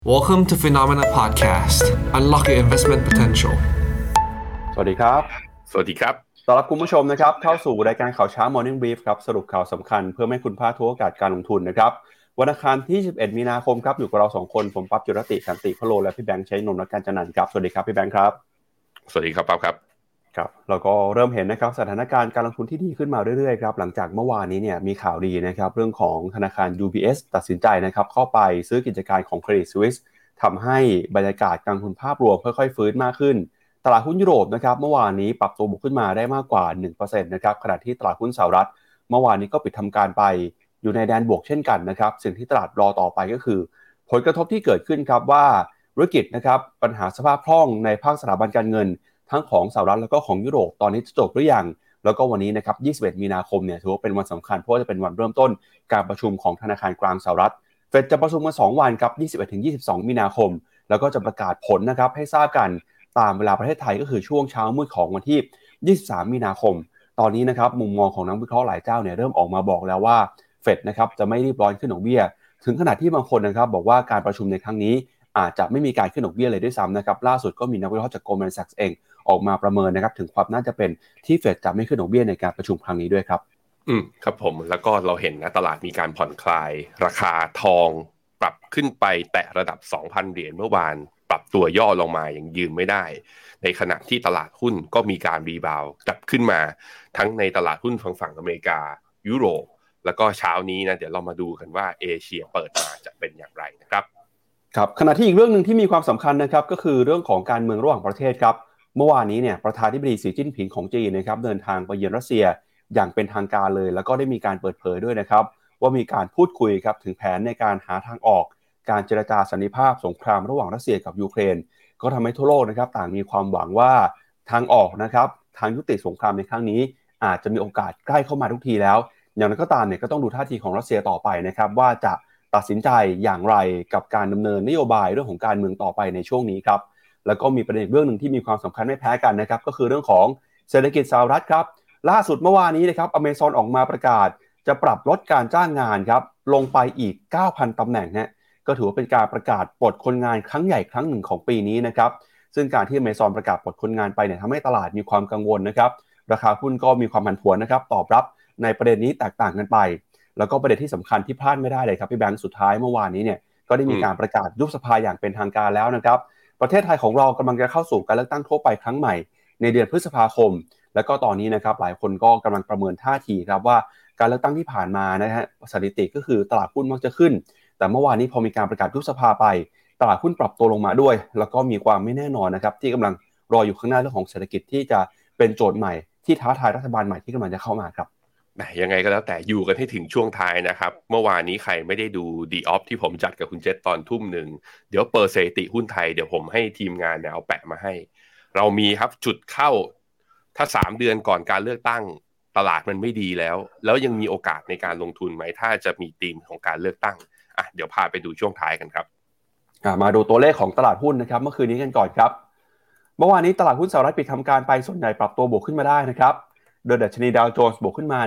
Welcome to Phenomena Podcast. Unlock your investment potential. สวัสดีครับสวัสดีครับต้อนรับคุณผู้ชมนะครับเข้าสู่รายการข่าวเช้า Morning Brief ครับสรุปข่าวสำคัญเพื่อไม่ให้คุณพลาดทุกโอกาสการลงทุนนะครับวันอังคารที่11มีนาคมครับอยู่กับเรา2คนผมปั๊บจุรติสันติพโลและพี่แบงค์ชัยนนท์และการจันนันท์ครับสวัสดีครับพี่แบงค์ครับสวัสดีครับปั๊บครับครับเราก็เริ่มเห็นนะครับสถานการณ์การลงทุนที่ดีขึ้นมาเรื่อยๆครับหลังจากเมื่อวานนี้เนี่ยมีข่าวดีนะครับเรื่องของธนาคาร UBS ตัดสินใจนะครับเข้าไปซื้อกิจการของ Credit Suisse ทำให้บรรยากาศการลงทุนภาพรวมค่อยๆฟื้นมากขึ้นตลาดหุ้นยุโรปนะครับเมื่อวานนี้ปรับตัวบวกขึ้นมาได้มากกว่า 1% นะครับขณะที่ตลาดหุ้นสหรัฐเมื่อวานนี้ก็ปิดทำการไปอยู่ในแดนบวกเช่นกันนะครับสิ่งที่ตลาดรอต่อไปก็คือผลกระทบที่เกิดขึ้นครับว่าธุรกิจนะครับปัญหาสภาพคล่องในภาคสถาบันการเงินทั้งของสหรัฐแล้วก็ของยุโรปตอนนี้จะจบหรือยังแล้วก็วันนี้นะครับ21มีนาคมเนี่ยถือว่าเป็นวันสำคัญเพราะว่าจะเป็นวันเริ่มต้นการประชุมของธนาคารกลางสหรัฐเฟดจะประชุมกัน2วันครับ21-22มีนาคมแล้วก็จะประกาศผลนะครับให้ทราบกันตามเวลาประเทศไทยก็คือช่วงเช้ามืดของวันที่23มีนาคมตอนนี้นะครับมุมมองของนักวิเคราะห์หลายเจ้าเนี่ยเริ่มออกมาบอกแล้วว่าเฟดนะครับจะไม่รีบร้อนขึ้นดอกเบี้ยถึงขนาดที่บางคนนะครับบอกว่าการประชุมในครั้งนี้อาจจะไม่มีการขึ้นดอกเบี้ยเลยด้วยซ้ำนะครับล่าสุดก็มีนักวิเคราะห์จาก Goldman Sachs เองออกมาประเมินนะครับถึงความน่าจะเป็นที่เฟดจะไม่ขึ้นดอกเบี้ยในการประชุมครั้งนี้ด้วยครับครับผมแล้วก็เราเห็นนะตลาดมีการผ่อนคลายราคาทองปรับขึ้นไปแตะระดับ 2,000 เหรียญเมื่อวานปรับตัวย่อลงมายังยืนไม่ได้ในขณะที่ตลาดหุ้นก็มีการรีบาวด์กลับขึ้นมาทั้งในตลาดหุ้นฝั่งอเมริกายุโรปแล้วก็เช้านี้นะเดี๋ยวเรามาดูกันว่าเอเชียเปิดมาจะเป็นอย่างไรนะครับครับขณะที่อีกเรื่องนึงที่มีความสำคัญนะครับก็คือเรื่องของการเมืองระหว่างประเทศครับเมื่อวานนี้เนี่ยประธานาธิบดีสีจิ้นผิงของจีนนะครับเดินทางไปเยือนรัสเซียอย่างเป็นทางการเลยแล้วก็ได้มีการเปิดเผยด้วยนะครับว่ามีการพูดคุยครับถึงแผนในการหาทางออกการเจรจาสันติภาพสงครามระหว่างรัสเซียกับยูเครนก็ทำให้ทั่วโลกนะครับต่างมีความหวังว่าทางออกนะครับทางยุติสงครามในครั้งนี้อาจจะมีโอกาสใกล้เข้ามาทุกทีแล้วอย่างนั้นก็ตามเนี่ยก็ต้องดูท่าทีของรัสเซียต่อไปนะครับว่าจะตัดสินใจอย่างไรกับการดำเนินนโยบายเรื่องของการเมืองต่อไปในช่วงนี้ครับแล้วก็มีประเด็นเรื่องหนึ่งที่มีความสำคัญไม่แพ้กันนะครับก็คือเรื่องของเศรษฐกิจสหรัฐครับล่าสุดเมื่อวานนี้นะครับ Amazon ออกมาประกาศจะปรับลดการจ้างงานครับลงไปอีก 9,000 ตำแหน่งนะก็ถือว่าเป็นการประกาศปลดคนงานครั้งใหญ่ครั้งหนึ่งของปีนี้นะครับซึ่งการที่ Amazon ประกาศปลดคนงานไปเนี่ยทำให้ตลาดมีความกังวลนะครับราคาหุ้นก็มีความผันผวนนะครับตอบรับในประเด็นนี้แตกต่างกันไปแล้วก็ประเด็นที่สำคัญที่พลาดไม่ได้เลยครับพี่แบงค์สุดท้ายเมื่อวานนี้เนี่ยก็ได้มีการประกาศยุบสภาอย่างเป็นทางการแล้วนะครับประเทศไทยของเรากำลังจะเข้าสู่การเลือกตั้งทั่วไปครั้งใหม่ในเดือนพฤษภาคมแล้วก็ตอนนี้นะครับหลายคนก็กำลังประเมินท่าทีครับว่าการเลือกตั้งที่ผ่านมานะฮะสถิติก็คือตลาดหุ้นมักจะขึ้นแต่เมื่อวานนี้พอมีการประกาศยุบสภาไปตลาดหุ้นปรับตัวลงมาด้วยแล้วก็มีความไม่แน่นอนนะครับที่กำลังรออยู่ข้างหน้าเรื่องของเศรษฐกิจที่จะเป็นโจทย์ใหม่ที่ท้าทายรัฐบาลใหม่ที่กำลังจะเข้ามาครับยังไงก็แล้วแต่อยู่กันให้ถึงช่วงท้ายนะครับเมื่อวานนี้ใครไม่ได้ดูดีออฟที่ผมจัดกับคุณเจษตอนทุ่มหนึ่งเดี๋ยวเปิดสถิติหุ้นไทยเดี๋ยวผมให้ทีมงานเนี่ยเอาแปะมาให้เรามีครับจุดเข้าถ้า3เดือนก่อนการเลือกตั้งตลาดมันไม่ดีแล้วยังมีโอกาสในการลงทุนไหมถ้าจะมีธีมของการเลือกตั้งเดี๋ยวพาไปดูช่วงท้ายกันครับมาดูตัวเลขของตลาดหุ้นนะครับเมื่อคืนนี้กันก่อนครับเมื่อวานนี้ตลาดหุ้นสหรัฐปิดทำการไปส่วนใหญ่ปรับตัวบวกขึ้นมาได้นะครับโดยดัชนีดาวโจนส์บวกขึ้นมา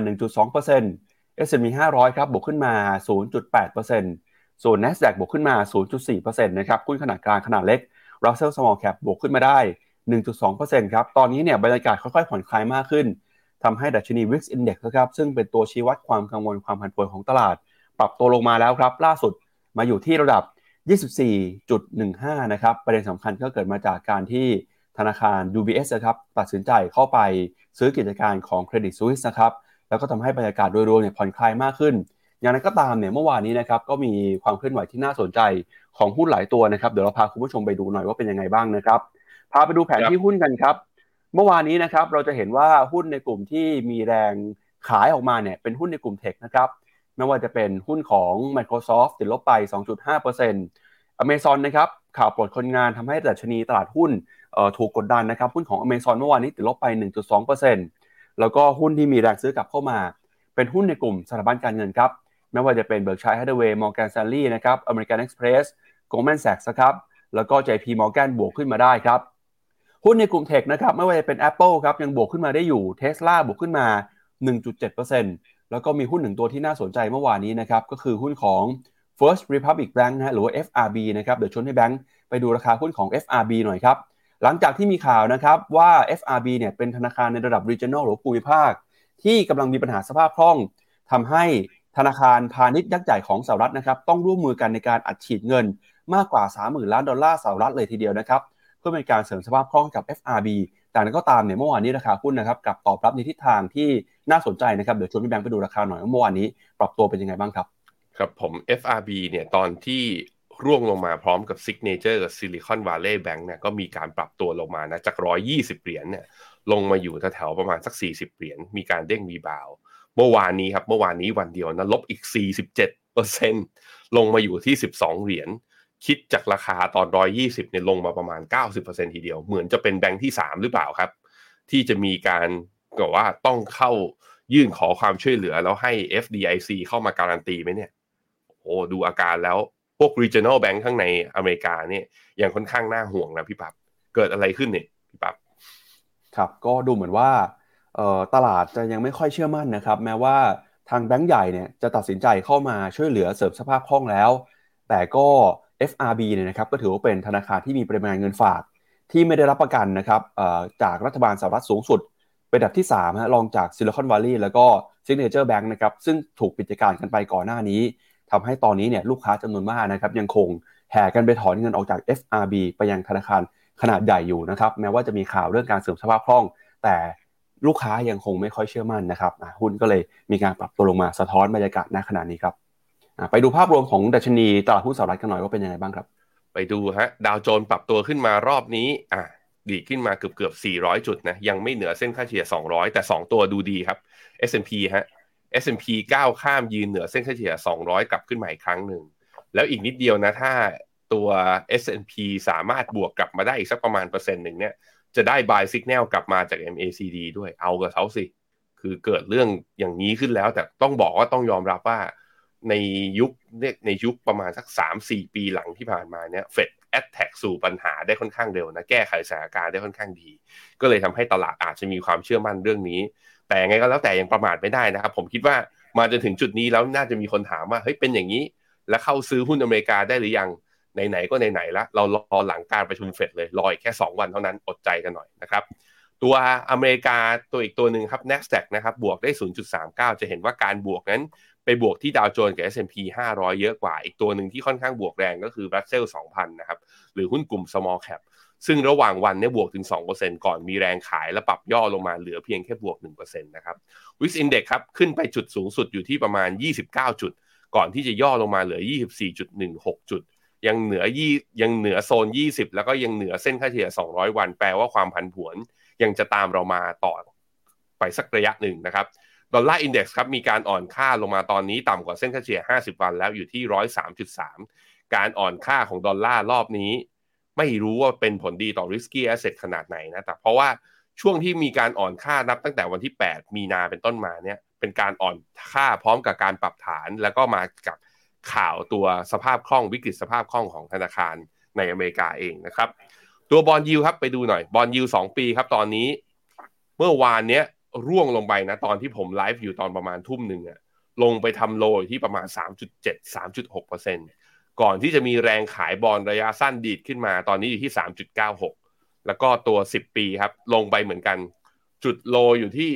1.2% S&P 500ครับบวกขึ้นมา 0.8% ส่วน NASDAQ บวกขึ้นมา 0.4% นะครับหุ้นขนาดกลางขนาดเล็ก Russell Small Cap บวกขึ้นมาได้ 1.2% ครับตอนนี้เนี่ยบรรยากาศค่อยๆผ่อนคลายมากขึ้นทำให้ดัชนี VIX Index นะครับซึ่งเป็นตัวชี้วัดความกังวลความผันผวนของตลาดปรับตัวลงมาแล้วครับล่าสุดมาอยู่ที่ระดับ 24.15 นะครับประเด็นสำคัญก็เกิดมาจากการที่ธนาคาร UBS นะครับตัดสินใจเข้าไปซื้อกิจการของ Credit Suisse นะครับแล้วก็ทำให้บรรยากาศโดยรวมเนี่ยผ่อนคลายมากขึ้นอย่างไรก็ตามเนี่ยเมื่อวานนี้นะครับก็มีความเคลื่อนไหวที่น่าสนใจของหุ้นหลายตัวนะครับเดี๋ยวเราพาคุณผู้ชมไปดูหน่อยว่าเป็นยังไงบ้างนะครับพาไปดูแผนที่หุ้นกันครับเมื่อวานนี้นะครับเราจะเห็นว่าหุ้นในกลุ่มที่มีแรงขายออกมาเนี่ยเป็นหุ้นในกลุ่มเทคนะครับไม่ว่าจะเป็นหุ้นของ Microsoft ติดลบไป 2.5% Amazon นะครับข่าวปลดคนงานทำให้ดัชนีตลาดหุ้นถูกกดดันนะครับหุ้นของ Amazon เมื่อวานนี้ติดลบไป 1.2% แล้วก็หุ้นที่มีแรงซื้อกลับเข้ามาเป็นหุ้นในกลุ่มสถาบันการเงินครับไม่ว่าจะเป็น Berkshire Hathaway Morgan Stanley นะครับ American Express Goldman Sachs ครับแล้วก็ JP Morgan บวกขึ้นมาได้ครับหุ้นในกลุ่มเทคนะครับไม่ว่าจะเป็น Apple ครับยังบวกขึ้นมาได้อยู่ Tesla บวกขึ้นมา 1.7% แล้วก็มีหุ้นหนึ่งตัวที่น่าสนใจเมื่อวานนี้นะครับก็คือหุ้นของ First Republic Bank นะฮะหรือว่า FRB นะครับเดี๋ยวชวนให้แบงค์ไปดูราคาหุ้นของ FRB หน่อยครับหลังจากที่มีข่าวนะครับว่า FRB เนี่ยเป็นธนาคารในระดับ regional หรือภูมิภาคที่กำลังมีปัญหาสภาพคล่องทำให้ธนาคารพาณิชย์ยักษ์ใหญ่ของสหรัฐนะครับต้องร่วมมือกันในการอัดฉีดเงินมากกว่า 30,000 ล้านดอลลาร์สหรัฐเลยทีเดียวนะครับเพื่อเป็นการเสริมสภาพคล่องกับ FRB แต่นั้นก็ตามเนี่ยเมื่อวานนี้ราคาหุ้นนะครับกลับตอบรับในทิศทางที่น่าสนใจนะครับเดี๋ยวชวนพี่แบงค์ไปดูราคาหน่อยว่าเมื่อวานนี้ปรับตัวเป็นยังไงบ้างครับครับผม FRB เนี่ยตอนที่ร่วงลงมาพร้อมกับ Signature กับ Silicon Valley Bank เนี่ยก็มีการปรับตัวลงมานะจาก120เหรียญเนี่ยลงมาอยู่แถวๆประมาณสัก40เหรียญมีการเด้งรีบาวด์เมื่อวานนี้วันเดียวนะลบอีก 47% ลงมาอยู่ที่12เหรียญคิดจากราคาตอน120เนี่ยลงมาประมาณ 90% ทีเดียวเหมือนจะเป็นแบงค์ที่3หรือเปล่าครับที่จะมีการก็ว่าต้องเข้ายื่นขอความช่วยเหลือแล้วให้ FDIC เข้ามาการันตีไหมเนี่ยโอ้ดูอาการแล้วพวก regional bank ข้างในอเมริกาเนี่ยยังค่อนข้างน่าห่วงนะพี่ปั๊บเกิดอะไรขึ้นเนี่ยพี่ปั๊บครับก็ดูเหมือนว่าตลาดจะยังไม่ค่อยเชื่อมั่นนะครับแม้ว่าทางแบงก์ใหญ่เนี่ยจะตัดสินใจเข้ามาช่วยเหลือเสริมสภาพคล่องแล้วแต่ก็ FRB เนี่ยนะครับก็ถือว่าเป็นธนาคารที่มีปริมาณเงินฝากที่ไม่ได้รับประกันนะครับจากรัฐบาลสหรัฐสูงสุดเป็นอันดับที่3ฮะรองจาก Silicon Valley แล้วก็ Signature Bank นะครับซึ่งถูกปิดกิจการกันไปก่อนหน้านี้ทำให้ตอนนี้เนี่ยลูกค้าจำนวนมากนะครับยังคงแห่กันไปถอนเงินออกจาก FRB ไปยังธนาคารขนาดใหญ่อยู่นะครับแม้ว่าจะมีข่าวเรื่องการเสริมสภาพคล่องแต่ลูกค้ายังคงไม่ค่อยเชื่อมั่นนะครับหุ้นก็เลยมีการปรับตัวลงมาสะท้อนบรรยากาศณขณะนี้ครับไปดูภาพรวมของดัชนีตลาดหุ้นสหรัฐกันหน่อยว่าเป็นยังไงบ้างครับไปดูฮะดาวโจนส์ปรับตัวขึ้นมารอบนี้ดีขึ้นมาเกือบ400จุดนะยังไม่เหนือเส้นค่าเฉลี่ย200แต่2ตัวดูดีครับ S&P ฮะ S&P ก้าวข้ามยืนเหนือเส้นค่าเฉลี่ย200กลับขึ้นมาอีกครั้งหนึ่งแล้วอีกนิดเดียวนะถ้าตัว S&P สามารถบวกกลับมาได้อีกสักประมาณ%เนี่ยจะได้ buy signal กลับมาจาก MACD ด้วยเอากับเขาสิคือเกิดเรื่องอย่างนี้ขึ้นแล้วแต่ต้องบอกว่าต้องยอมรับว่าในยุคประมาณสัก 3-4 ปีหลังที่ผ่านมาเนี่ยเฟดแอตแทกสู่ปัญหาได้ค่อนข้างเร็วนะแก้ไขสถานการณ์ได้ค่อนข้างดีก็เลยทำให้ตลาดอาจจะมีความเชื่อมั่นเรื่องนี้แต่ยังไงก็แล้วแต่ยังประมาทไม่ได้นะครับผมคิดว่ามาจนถึงจุดนี้แล้วน่าจะมีคนถามว่าเฮ้ยเป็นอย่างนี้แล้วเข้าซื้อหุ้นอเมริกาได้หรือยังไหนๆก็ไหนๆแล้วเรารอหลังการประชุมเฟดเลยรออีกแค่2วันเท่านั้นอดใจกันหน่อยนะครับตัวอเมริกาตัวอีกตัวหนึ่งครับ NASDAQ นะครับบวกได้ 0.39 จะเห็นว่าการบวกนั้นไปบวกที่ดาวโจนส์กับ S&P 500เยอะกว่าอีกตัวหนึ่งที่ค่อนข้างบวกแรงก็คือ Russell 2000 นะครับหรือหุ้นกลุ่ม Small Cap ซึ่งระหว่างวันเนี่ยบวกถึง 2% ก่อนมีแรงขายและปรับย่อลงมาเหลือเพียงแค่บวก 1% นะครับ Wix Index ครับขึ้นไปจุดสูงสุดอยู่ที่ประมาณ29จุดก่อนที่จะย่อลงมาเหลือ 24.16 จุดยังเหนือโซน20แล้วก็ยังเหนือเส้นค่าเฉลี่ย200วันแปลว่าความผันผวนยังจะตามเรามาต่อไปสักระยะหนึ่งนะครับดอลลาร์อินเด็กซ์ครับมีการอ่อนค่าลงมาตอนนี้ต่ำกว่าเส้นค่าเฉลี่ย50วันแล้วอยู่ที่ 103.3 การอ่อนค่าของดอลลาร์รอบนี้ไม่รู้ว่าเป็นผลดีต่อ risky asset ขนาดไหนนะแต่เพราะว่าช่วงที่มีการอ่อนค่านับตั้งแต่วันที่8มีนาเป็นต้นมาเนี่ยเป็นการอ่อนค่าพร้อมกับการปรับฐานแล้วก็มากับข่าวตัวสภาพคล่องวิกฤตสภาพคล่องของธนาคารในอเมริกาเองนะครับตัวบอนด์ยิลด์ครับไปดูหน่อยบอนด์ยิลด์2ปีครับตอนนี้เมื่อวานเนี้ยร่วงลงไปนะตอนที่ผมไลฟ์อยู่ตอนประมาณทุ่มหนึ่งอะลงไปทำโลอยู่ที่ประมาณ 3.7 3.6% ก่อนที่จะมีแรงขายบอนด์ระยะสั้นดีดขึ้นมาตอนนี้อยู่ที่ 3.96 แล้วก็ตัว10ปีครับลงไปเหมือนกันจุดโลอยู่ที่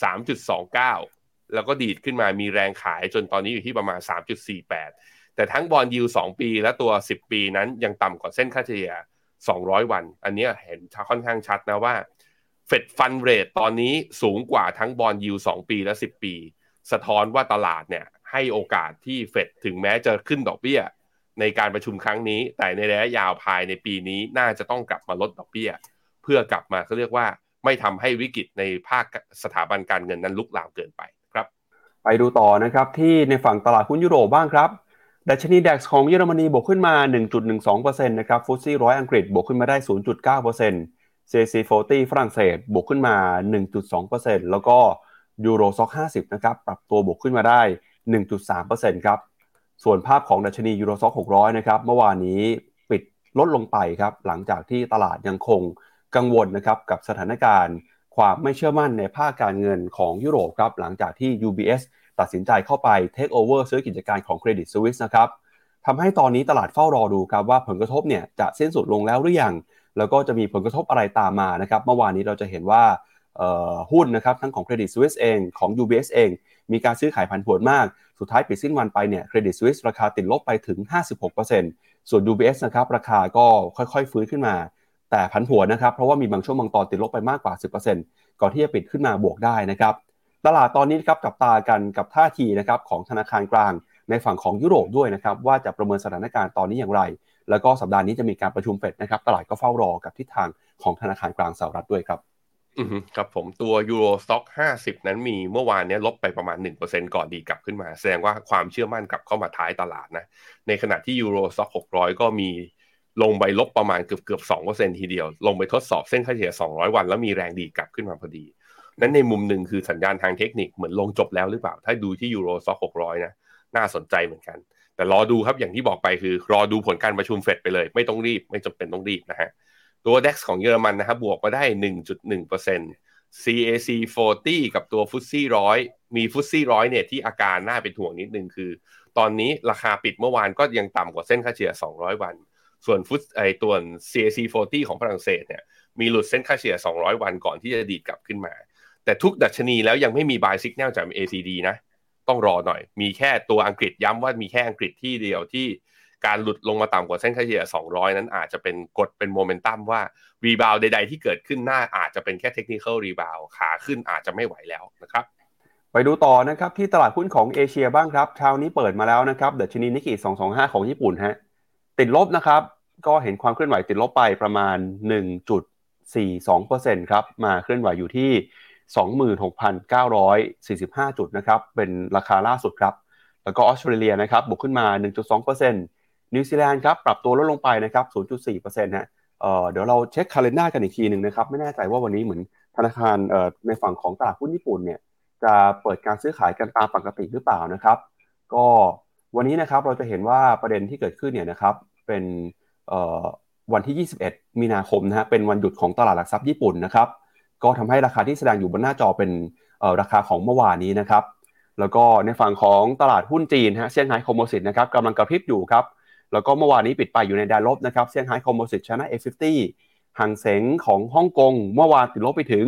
3.29 แล้วก็ดีดขึ้นมามีแรงขายจนตอนนี้อยู่ที่ประมาณ 3.48 แต่ทั้งบอนด์ยิลด์2ปีและตัว10ปีนั้นยังต่ำกว่าเส้นค่าเฉลี่ย200วันอันนี้เห็นค่อนข้างชัดนะว่าเฟดฟันเรทตอนนี้สูงกว่าทั้งบอนด์ยิลด์2ปีและ10ปีสะท้อนว่าตลาดเนี่ยให้โอกาสที่เฟดถึงแม้จะขึ้นดอกเบี้ยในการประชุมครั้งนี้แต่ในระยะยาวภายในปีนี้น่าจะต้องกลับมาลดดอกเบี้ยเพื่อกลับมาเขาเรียกว่าไม่ทำให้วิกฤตในภาคสถาบันการเงินนั้นลุกลามเกินไปครับไปดูต่อนะครับที่ในฝั่งตลาดหุ้นยุโรปบ้างครับดัชนี DAX ของเยอรมนีบวกขึ้นมา 1.12% นะครับฟุตซี่100อังกฤษบวกขึ้นมาได้ 0.9% CAC 40ฝรั่งเศสบวกขึ้นมา 1.2% แล้วก็ยูโรซ็อก50นะครับปรับตัวบวกขึ้นมาได้ 1.3% ครับส่วนภาพของดัชนียูโรซ็อก600นะครับเมื่อวานนี้ปิดลดลงไปครับหลังจากที่ตลาดยังคงกังวลนะครับกับสถานการณ์ความไม่เชื่อมั่นในภาคการเงินของยุโรปครับหลังจากที่ UBS ตัดสินใจเข้าไป take over ซื้อกิจการของ Credit Suisse นะครับทำให้ตอนนี้ตลาดเฝ้ารอดูครับว่าผลกระทบเนี่ยจะสิ้นสุดลงแล้วหรือยังแล้วก็จะมีผลกระทบอะไรตามมานะครับเมื่อวานนี้เราจะเห็นว่าหุ้นนะครับทั้งของ Credit Suisse เองของ UBS เองมีการซื้อขายผันผวนมากสุดท้ายปิดสิ้นวันไปเนี่ย Credit Suisse ราคาติดลบไปถึง 56% ส่วน UBS นะครับราคาก็ค่อยๆฟื้นขึ้นมาแต่ผันผวนนะครับเพราะว่ามีบางช่วงบางตอนติดลบไปมากกว่า 10% ก่อนที่จะปิดขึ้นมาบวกได้นะครับตลาดตอนนี้ครับจับตากันกับท่าทีนะครับของธนาคารกลางในฝั่งของยุโรปด้วยนะครับว่าจะประเมินสถานการณ์ตอนนี้อย่างไรแล้วก็สัปดาห์นี้จะมีการประชุมเฟดนะครับตลาดก็เฝ้ารอกับทิศทางของธนาคารกลางสหรัฐด้วยครับครับผมตัว Euro Stock 50นั้นมีเมื่อวานนี้ลบไปประมาณ 1% ก่อนดีกลับขึ้นมาแสดงว่าความเชื่อมั่นกลับเข้ามาท้ายตลาดนะในขณะที่ Euro Stock 600ก็มีลงไปลบประมาณเกือบ 2% ทีเดียวลงไปทดสอบเส้นค่าเฉลี่ย200วันแล้วมีแรงดีกลับขึ้นมาพอดีนั้นในมุมหนึ่งคือสัญญาณทางเทคนิคเหมือนลงจบแล้วหรือเปล่าถ้าดูที่ Euro Stock 600นะน่าสนใจเหมือนกันแต่รอดูครับอย่างที่บอกไปคือรอดูผลการประชุมเฟดไปเลยไม่ต้องรีบไม่จำเป็นต้องรีบนะฮะตัว DAX ของเยอรมันนะครับบวกมาได้ 1.1% CAC 40กับตัว FTSE 100มี FTSE 100เนี่ยที่อาการน่าเป็นห่วงนิดนึงคือตอนนี้ราคาปิดเมื่อวานก็ยังต่ำกว่าเส้นค่าเฉลี่ย200วันส่วนตัว CAC 40ของฝรั่งเศสเนี่ยมีหลุดเส้นค่าเฉลี่ย200วันก่อนที่จะดีดกลับขึ้นมาแต่ทุกดัชนีแล้วยังไม่มี buy signal จาก ACD นะต้องรอหน่อยมีแค่ตัวอังกฤษย้ำว่ามีแค่อังกฤษที่เดียวที่การหลุดลงมาต่ำกว่าเส้นค่าเฉลี่ย200นั้นอาจจะเป็นกดเป็นโมเมนตัมว่ารีบาวใดๆที่เกิดขึ้นหน้าอาจจะเป็นแค่เทคนิคอลรีบาวขาขึ้นอาจจะไม่ไหวแล้วนะครับไปดูต่อนะครับที่ตลาดหุ้นของเอเชียบ้างครับเช้านี้เปิดมาแล้วนะครับดัชนีนิกเกิ225ของญี่ปุ่นฮะติดลบนะครับก็เห็นความเคลื่อนไหวติดลบไปประมาณ 1.42% ครับมาเคลื่อนไหวอยู่ที่ 26,945 จุดนะครับเป็นราคาล่าสุดครับแล้วก็ออสเตรเลียนะครับบวกขึ้นมา 1.2% นิวซีแลนด์ครับปรับตัวลดลงไปนะครับ 0.4% ฮะเดี๋ยวเราเช็ค calendar กันอีกทีหนึ่งนะครับไม่แน่ใจว่าวันนี้เหมือนธนาคารในฝั่งของตลาดหุ้นญี่ปุ่นเนี่ยจะเปิดการซื้อขายกันตามปกติหรือเปล่านะครับก็วันนี้นะครับเราจะเห็นว่าประเด็นที่เกิดขึ้นเนี่ยนะครับเป็นวันที่21มีนาคมนะฮะเป็นวันหยุดของตลาดหลักทรัพย์ญี่ปุ่นนะครับก็ทำให้ราคาที่แสดงอยู่บนหน้าจอเป็นราคาของเมื่อวานนี้นะครับแล้วก็ในฝั่งของตลาดหุ้นจีนฮะเซี่ยงไฮ้คอมโพสิตนะครับกำลังกระพริบอยู่ครับแล้วก็เมื่อวานนี้ปิดไปอยู่ในแดนลบนะครับเซี่ยงไฮ้คอมโพสิตชนะ A50 หางเส็งของฮ่องกงเมื่อวานติดลบไปถึง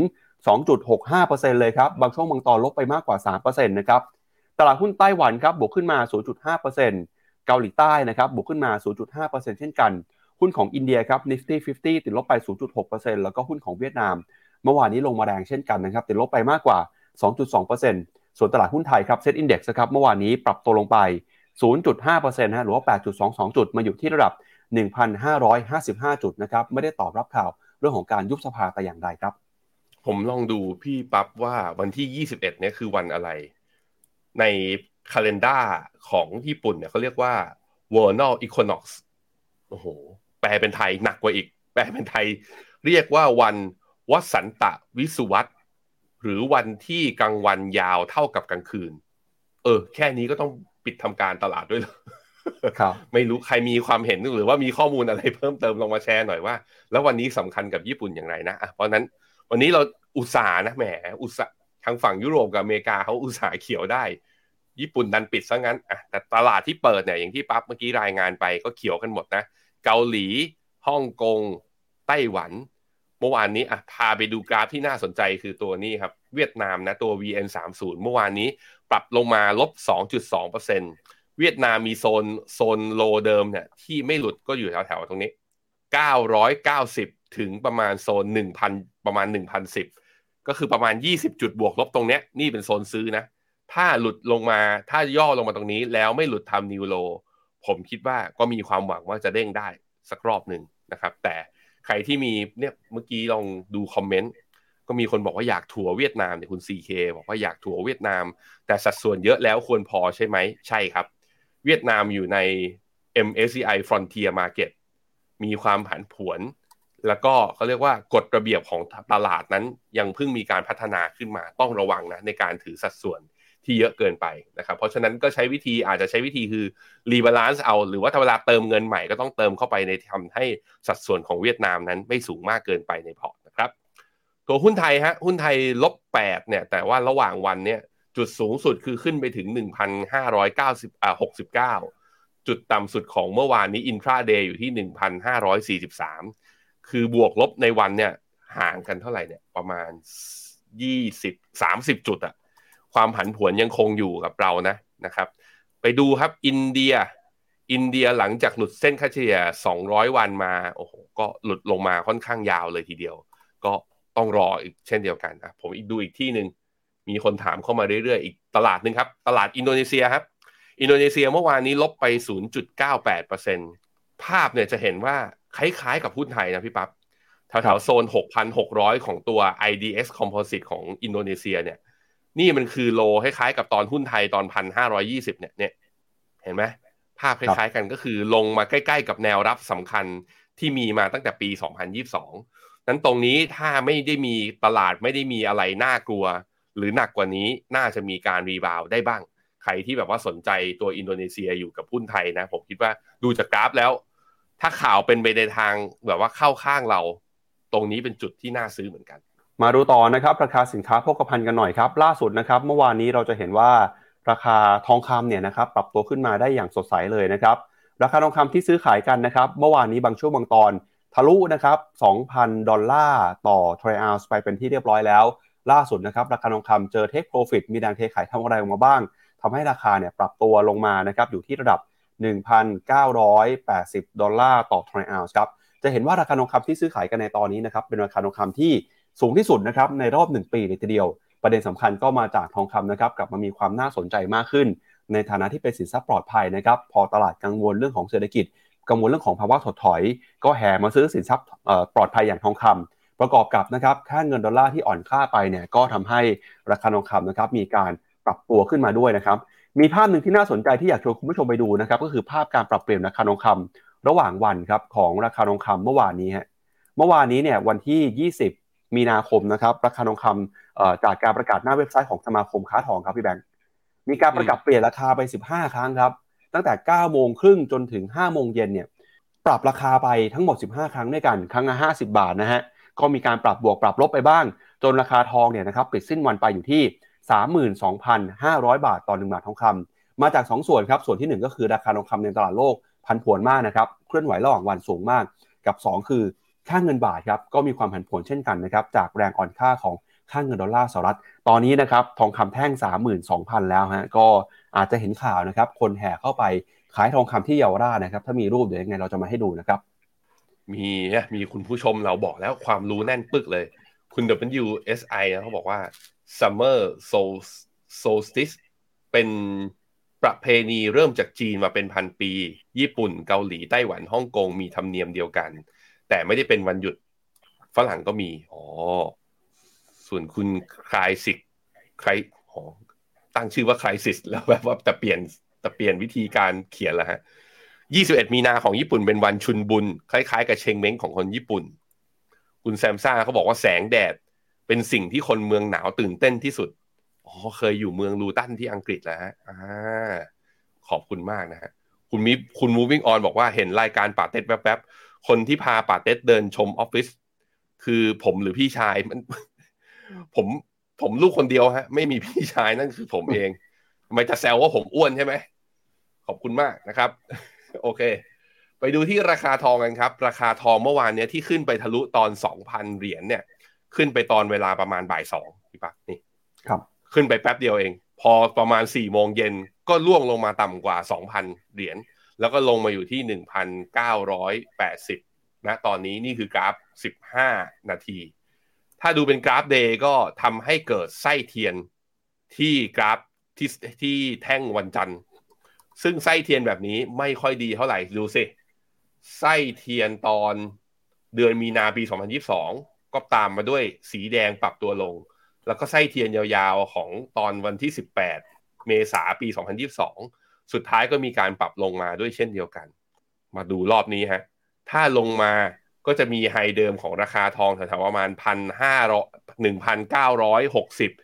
2.65% เลยครับบางช่วงบางตอนลบไปมากกว่า 3% นะครับตลาดหุ้นไต้หวันครับบวกขึ้นมา 0.5% เกาหลีใต้นะครับบวกขึ้นมา 0.5% เช่นกันหุ้นของอินเดียครับ Nifty 50ติดลบไป 0.6% แล้วก็หุ้นของเวียดนามเมื่อวานนี้ลงมาแรงเช่นกันนะครับติดลบไปมากกว่า 2.2% ส่วนตลาดหุ้นไทยครับ Set Index นะครับเมื่อวานนี้ปรับตัวลงไป 0.5% นะหรือว่า 8.22 จุดมาอยู่ที่ระดับ 1,555 จุดนะครับไม่ได้ตอบรับข่าวเรื่องของการยุบสภาแต่อย่างใดครับผมลองดูพี่ปั๊บว่าวันที่21เนี่ยคือวันอะไรในคาเลนดาร์ของญี่ปุ่นเนี่ยเขาเรียกว่า Vernal Equinox โอ้โหแปลเป็นไทยหนักกว่าอีกแปลเป็นไทยเรียกว่าวันวสันตวิสุวัตหรือวันที่กลางวันยาวเท่ากับกลางคืนแค่นี้ก็ต้องปิดทำการตลาดด้วยเหรอครับไม่รู้ใครมีความเห็นหรือว่ามีข้อมูลอะไรเพิ่มเติมลงมาแชร์หน่อยว่าแล้ววันนี้สำคัญกับญี่ปุ่นอย่างไรนะเพราะนั้นวันนี้เราอุตส่าห์นะแหมอุตส่าห์ทางฝั่งยุโรปกับอเมริกาเขาอุตส่าห์เขียวได้ญี่ปุ่นดันปิดซะงั้นแต่ตลาดที่เปิดเนี่ยอย่างที่ปั๊บเมื่อกี้รายงานไปก็เขียวกันหมดนะเกาหลีฮ่องกงไต้หวันเมื่อวานนี้พาไปดูกราฟที่น่าสนใจคือตัวนี้ครับเวียดนามนะตัว VN30 เมื่อวานนี้ปรับลงมาลบ 2.2% เวียดนามมีโซนโลเดิมเนี่ยที่ไม่หลุดก็อยู่แถวๆตรงนี้990ถึงประมาณโซน 1,000 ประมาณ 1,010 ก็คือประมาณ20จุดบวกลบตรงเนี้ยนี่เป็นโซนซื้อนะถ้าหลุดลงมาถ้าย่อลงมาตรงนี้แล้วไม่หลุดทำนิวโลผมคิดว่าก็มีความหวังว่าจะเด้งได้สักรอบหนึ่งนะครับแต่ใครที่มีเนี่ยเมื่อกี้ลองดูคอมเมนต์ก็มีคนบอกว่าอยากถัวเวียดนามเนี่ยคุณ CK บอกว่าอยากถัวเวียดนามแต่สัดส่วนเยอะแล้วควรพอใช่ไหมใช่ครับเวียดนามอยู่ใน MSCI Frontier Market มีความผันผวนแล้วก็เขาเรียกว่ากฎระเบียบของตลาดนั้นยังเพิ่งมีการพัฒนาขึ้นมาต้องระวังนะในการถือสัดส่วนที่เยอะเกินไปนะครับเพราะฉะนั้นก็ใช้วิธีอาจจะใช้วิธีคือรีบาลานซ์เอาหรือว่าถ้าเวลาเติมเงินใหม่ก็ต้องเติมเข้าไปในทำให้สัดส่วนของเวียดนามนั้นไม่สูงมากเกินไปในพอร์ตนะครับตัวหุ้นไทยหุ้นไทย-8เนี่ยแต่ว่าระหว่างวันเนี่ยจุดสูงสุดคือขึ้นไปถึง 1,569 จุดต่ำสุดของเมื่อวานนี้อินทราเดย์อยู่ที่ 1,543 คือบวกลบในวันเนี่ยห่างกันเท่าไหร่เนี่ยประมาณ20-30 จุดอะความผันผวนยังคงอยู่กับเรานะครับไปดูครับอินเดียหลังจากหลุดเส้นค่าเฉลี่ย200วันมาโอ้โหก็หลุดลงมาค่อนข้างยาวเลยทีเดียวก็ต้องรออีกเช่นเดียวกันผมดูอีกที่นึงมีคนถามเข้ามาเรื่อยๆอีกตลาดนึงครับตลาดอินโดนีเซียครับอินโดนีเซียเมื่อวานนี้ลบไป 0.98% ภาพเนี่ยจะเห็นว่าคล้ายๆกับหุ้นไทยนะพี่ปั๊บแถวๆโซน 6,600 ของตัว IDX Composite ของอินโดนีเซียเนี่ยนี่มันคือโลคล้ายๆกับตอนหุ้นไทยตอน 1,520 เนี่ยเห็นไหมภาพคล้ายๆกันก็คือลงมาใกล้ๆกับแนวรับสำคัญที่มีมาตั้งแต่ปี 2022 นั้นตรงนี้ถ้าไม่ได้มีตลาดไม่ได้มีอะไรน่ากลัวหรือหนักกว่านี้น่าจะมีการรีบาวได้บ้างใครที่แบบว่าสนใจตัวอินโดนีเซียอยู่กับหุ้นไทยนะผมคิดว่าดูจากกราฟแล้วถ้าข่าวเป็นไปในทางแบบว่าเข้าข้างเราตรงนี้เป็นจุดที่น่าซื้อเหมือนกันมาดูต่อนะครับราคาสินค้าโภคภัณฑ์กันหน่อยครับล่าสุดนะครับเมื่อวานนี้เราจะเห็นว่าราคาทองคำเนี่ยนะครับปรับตัวขึ้นมาได้อย่างสดใสเลยนะครับราคาทองคำที่ซื้อขายกันนะครับเมื่อวานนี้บางช่วงบางตอนทะลุนะครับ 2,000 ดอลลาร์ต่อทรอยออนซ์ไปเป็นที่เรียบร้อยแล้วล่าสุดนะครับราคาทองคำเจอเทคโปรฟิตมีแรงเทขายทำกำไรออกมาบ้างทำให้ราคาเนี่ยปรับตัวลงมานะครับอยู่ที่ระดับ 1,980 ดอลลาร์ต่อทรอยออนซ์ครับจะเห็นว่าราคาทองคำที่ซื้อขายกันในตอนนี้นะครับเป็นราคาทองคำที่สูงที่สุดนะครับในรอบ1ปีเลยทีเดียวประเด็นสำคัญก็มาจากทองคำนะครับกลับมามีความน่าสนใจมากขึ้นในฐานะที่เป็นสินทรัพย์ปลอดภัยนะครับพอตลาดกังวลเรื่องของเศรษฐกิจกังวลเรื่องของภาวะถดถอยก็แห่มาซื้อสินทรัพย์ปลอดภัยอย่างทองคำประกอบกับนะครับค่าเงินดอลลาร์ที่อ่อนค่าไปเนี่ยก็ทำให้ราคาทองคำนะครับมีการปรับตัวขึ้นมาด้วยนะครับมีภาพหนึ่งที่น่าสนใจที่อยากชวนคุณผู้ชมไปดูนะครับก็คือภาพการปรับเปลี่ยนราคาทองคำระหว่างวันครับของราคาทองคำเมื่อวานนี้เนี่ยวันที่20มีนาคมนะครับราคาทองคำจากการประกาศหน้าเว็บไซต์ของสมาคมค้าทองครับพี่แบงค์มีการประกาศเปลี่ยนราคาไป15ครั้งครับตั้งแต่ 9:30 นจนถึง 5:00 นเนี่ยปรับราคาไปทั้งหมด15ครั้งด้วยกันครั้งละ50 บาทนะฮะก็มีการปรับบวกปรับลบไปบ้างจนราคาทองเนี่ยนะครับปิดสิ้นวันไปอยู่ที่ 32,500 บาทต่อ1บาททองคำมาจาก2ส่วนครับส่วนที่1ก็คือราคาทองคำในตลาดโลกผันผวนมากนะครับเคลื่อนไหวระหว่างวันสูงมากกับ2คือค่าเงินบาทครับก็มีความผันผวนเช่นกันนะครับจากแรงอ่อนค่าของค่าเงินดอลลาร์สหรัฐตอนนี้นะครับทองคำแท่ง 32,000 แล้วฮะก็อาจจะเห็นข่าวนะครับคนแห่เข้าไปขายทองคำที่เยาวราชนะครับถ้ามีรูปเดี๋ยวยังไงเราจะมาให้ดูนะครับมีคุณผู้ชมเราบอกแล้วความรู้แน่นปึกเลยคุณ WSI นะเขาบอกว่า Summer Solstice เป็นประเพณีเริ่มจากจีนมาเป็นพันปีญี่ปุ่นเกาหลีไต้หวันฮ่องกงมีธรรมเนียมเดียวกันแต่ไม่ได้เป็นวันหยุดฝรั่งก็มีส่วนคุณคลายสิกใครตั้งชื่อว่าคลายซิสแล้วแบบว่าแต่เปลี่ยนวิธีการเขียนแล้วฮะ21มีนาของญี่ปุ่นเป็นวันชุนบุญคล้ายๆกับเชงเม้งของคนญี่ปุ่นคุณแซมซ่าเขาบอกว่าแสงแดดเป็นสิ่งที่คนเมืองหนาวตื่นเต้นที่สุดเคยอยู่เมืองลูตันที่อังกฤษแล้วฮะขอบคุณมากนะฮะคุณ Moving On บอกว่าเห็นรายการป่าเต็ดแป๊บๆคนที่พาป่าเต็ดเดินชมออฟฟิศคือผมหรือพี่ชายผมลูกคนเดียวฮะไม่มีพี่ชายนั่นคือผมเองทำไมจะแซวว่าผมอ้วนใช่ไหมขอบคุณมากนะครับโอเคไปดูที่ราคาทองกันครับราคาทองเมื่อวานเนี้ยที่ขึ้นไปทะลุตอน 2,000 เหรียญเนี่ยขึ้นไปตอนเวลาประมาณบ่าย2พี่ปั๊กนี่ครับขึ้นไปแป๊บเดียวเองพอประมาณ 4 โมงเย็นก็ล่วงลงมาต่ำกว่า 2,000 เหรียญแล้วก็ลงมาอยู่ที่ 1,980 นะตอนนี้นี่คือกราฟ15นาทีถ้าดูเป็นกราฟเดย์ก็ทำให้เกิดไส้เทียนที่กราฟที่แท่งวันจันทร์ซึ่งไส้เทียนแบบนี้ไม่ค่อยดีเท่าไหร่ดูสิไส้เทียนตอนเดือนมีนาปี2022ก็ตามมาด้วยสีแดงปรับตัวลงแล้วก็ไส้เทียนยาวๆของตอนวันที่18เมษายนปี2022สุดท้ายก็มีการปรับลงมาด้วยเช่นเดียวกันมาดูรอบนี้ฮะถ้าลงมาก็จะมีไฮเดิมของราคาทองแถวๆประมาณ 1,960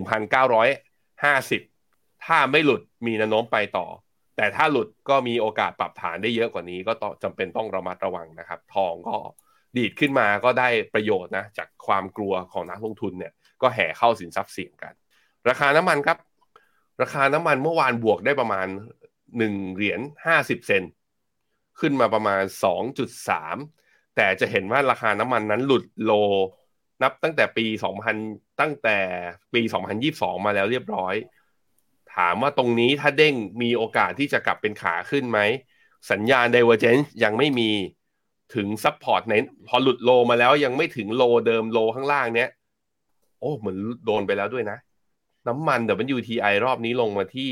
1,950 ถ้าไม่หลุดมีแนวโน้มไปต่อแต่ถ้าหลุดก็มีโอกาสปรับฐานได้เยอะกว่านี้ก็จำเป็นต้องระมัดระวังนะครับทองก็ดีดขึ้นมาก็ได้ประโยชน์นะจากความกลัวของนักลงทุนเนี่ยก็แห่เข้าสินทรัพย์เสี่ยงกันราคาน้ำมันครับราคาน้ำมันเมื่อวานบวกได้ประมาณ 1 เหรียญ 50 เซนต์ขึ้นมาประมาณ 2.3 แต่จะเห็นว่าราคาน้ำมันนั้นหลุดโลนับตั้งแต่ปี 2000 ตั้งแต่ปี 2022 มาแล้วเรียบร้อยถามว่าตรงนี้ถ้าเด้งมีโอกาสที่จะกลับเป็นขาขึ้นไหมสัญญาณ Divergence ยังไม่มีถึง Support ในพอหลุดโลมาแล้วยังไม่ถึงโลเดิมโลข้างล่างเนี้ยโอ้เหมือนโดนไปแล้วด้วยนะน้ำมัน WTI รอบนี้ลงมาที่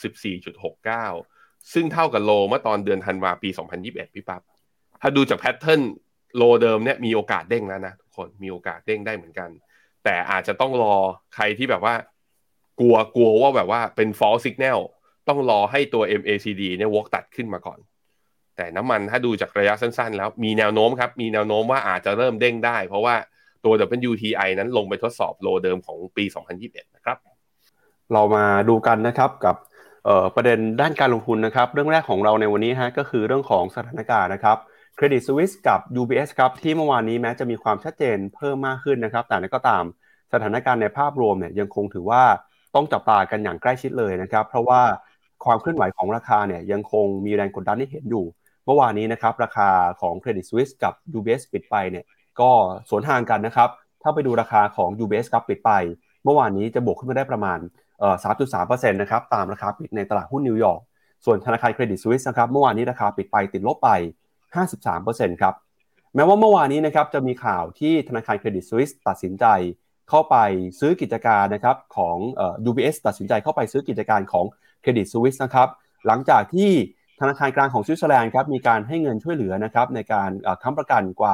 64.69 ซึ่งเท่ากับโลเมื่อตอนเดือนธันวาปี 2021 พี่ปั๊บถ้าดูจากแพทเทิร์นโลเดิมเนี่ยมีโอกาสเด้งแล้วนะทุกคนมีโอกาสเด้งได้เหมือนกันแต่อาจจะต้องรอใครที่แบบว่ากลัวว่าแบบว่าเป็น false signal ต้องรอให้ตัว MACD เนี่ยวอล์กตัดขึ้นมาก่อนแต่น้ำมันถ้าดูจากระยะสั้นๆแล้วมีแนวโน้มครับมีแนวโน้มว่าอาจจะเริ่มเด้งได้เพราะว่าตัว WTI นั้นลงไปทดสอบโลเดิมของปี 2021 นะครับเรามาดูกันนะครับกับประเด็นด้านการลงทุนนะครับเรื่องแรกของเราในวันนี้ฮะก็คือเรื่องของสถานการณ์นะครับเครดิตสวิสกับ UBS ครับที่เมื่อวานนี้แม้จะมีความชัดเจนเพิ่มมากขึ้นนะครับแต่นั้นก็ตามสถานการณ์ในภาพรวมเนี่ยยังคงถือว่าต้องจับตากันอย่างใกล้ชิดเลยนะครับเพราะว่าความเคลื่อนไหวของราคาเนี่ยยังคงมีแรงกดดันที่เห็นอยู่เมื่อวานนี้นะครับราคาของเครดิตสวิสกับ UBS ปิดไปเนี่ยก็สวนทางกันนะครับถ้าไปดูราคาของ UBS ครับปิดไปเมื่อวานนี้จะบวกขึ้นมาได้ประมาณ3.3% นะครับตามราคาปิดในตลาดหุ้นนิวยอร์กส่วนธนาคารเครดิตสวิสนะครับเมื่อวานนี้ราคาปิดไปติดลบไป 53% ครับแม้ว่าเมื่อวานนี้นะครับจะมีข่าวที่ธนาคารเครดิตสวิสตัดสินใจเข้าไปซื้อกิจการนะครับของUBS ตัดสินใจเข้าไปซื้อกิจการของเครดิตสวิสนะครับหลังจากที่ธนาคารกลางของสวิตเซอร์แลนด์ครับมีการให้เงินช่วยเหลือนะครับในการค้ำประกันกว่า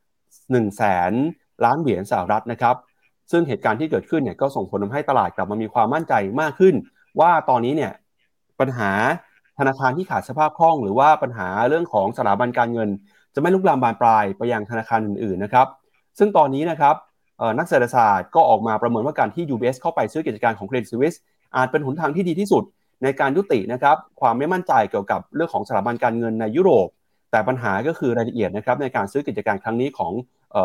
100,000 ล้านเหรียญสหรัฐนะครับซึ่งเหตุการณ์ที่เกิดขึ้นเนี่ยก็ส่งผลทำให้ตลาดกลับมามีความมั่นใจมากขึ้นว่าตอนนี้เนี่ยปัญหาธนาคารที่ขาดสภาพคล่องหรือว่าปัญหาเรื่องของสถาบันการเงินจะไม่ลุกลามบานปลายไปยังธนาคารอื่นๆนะครับซึ่งตอนนี้นะครับนักเศรษฐศาสตร์ก็ออกมาประเมินว่าการที่ UBS เข้าไปซื้อกิจการของ Credit Suisse อาจเป็นหนทางที่ดีที่สุดในการยุตินะครับความไม่มั่นใจเกี่ยวกับเรื่องของสถาบันการเงินในยุโรปแต่ปัญหาก็คือรายละเอียดนะครับในการซื้อกิจการครั้งนี้ของ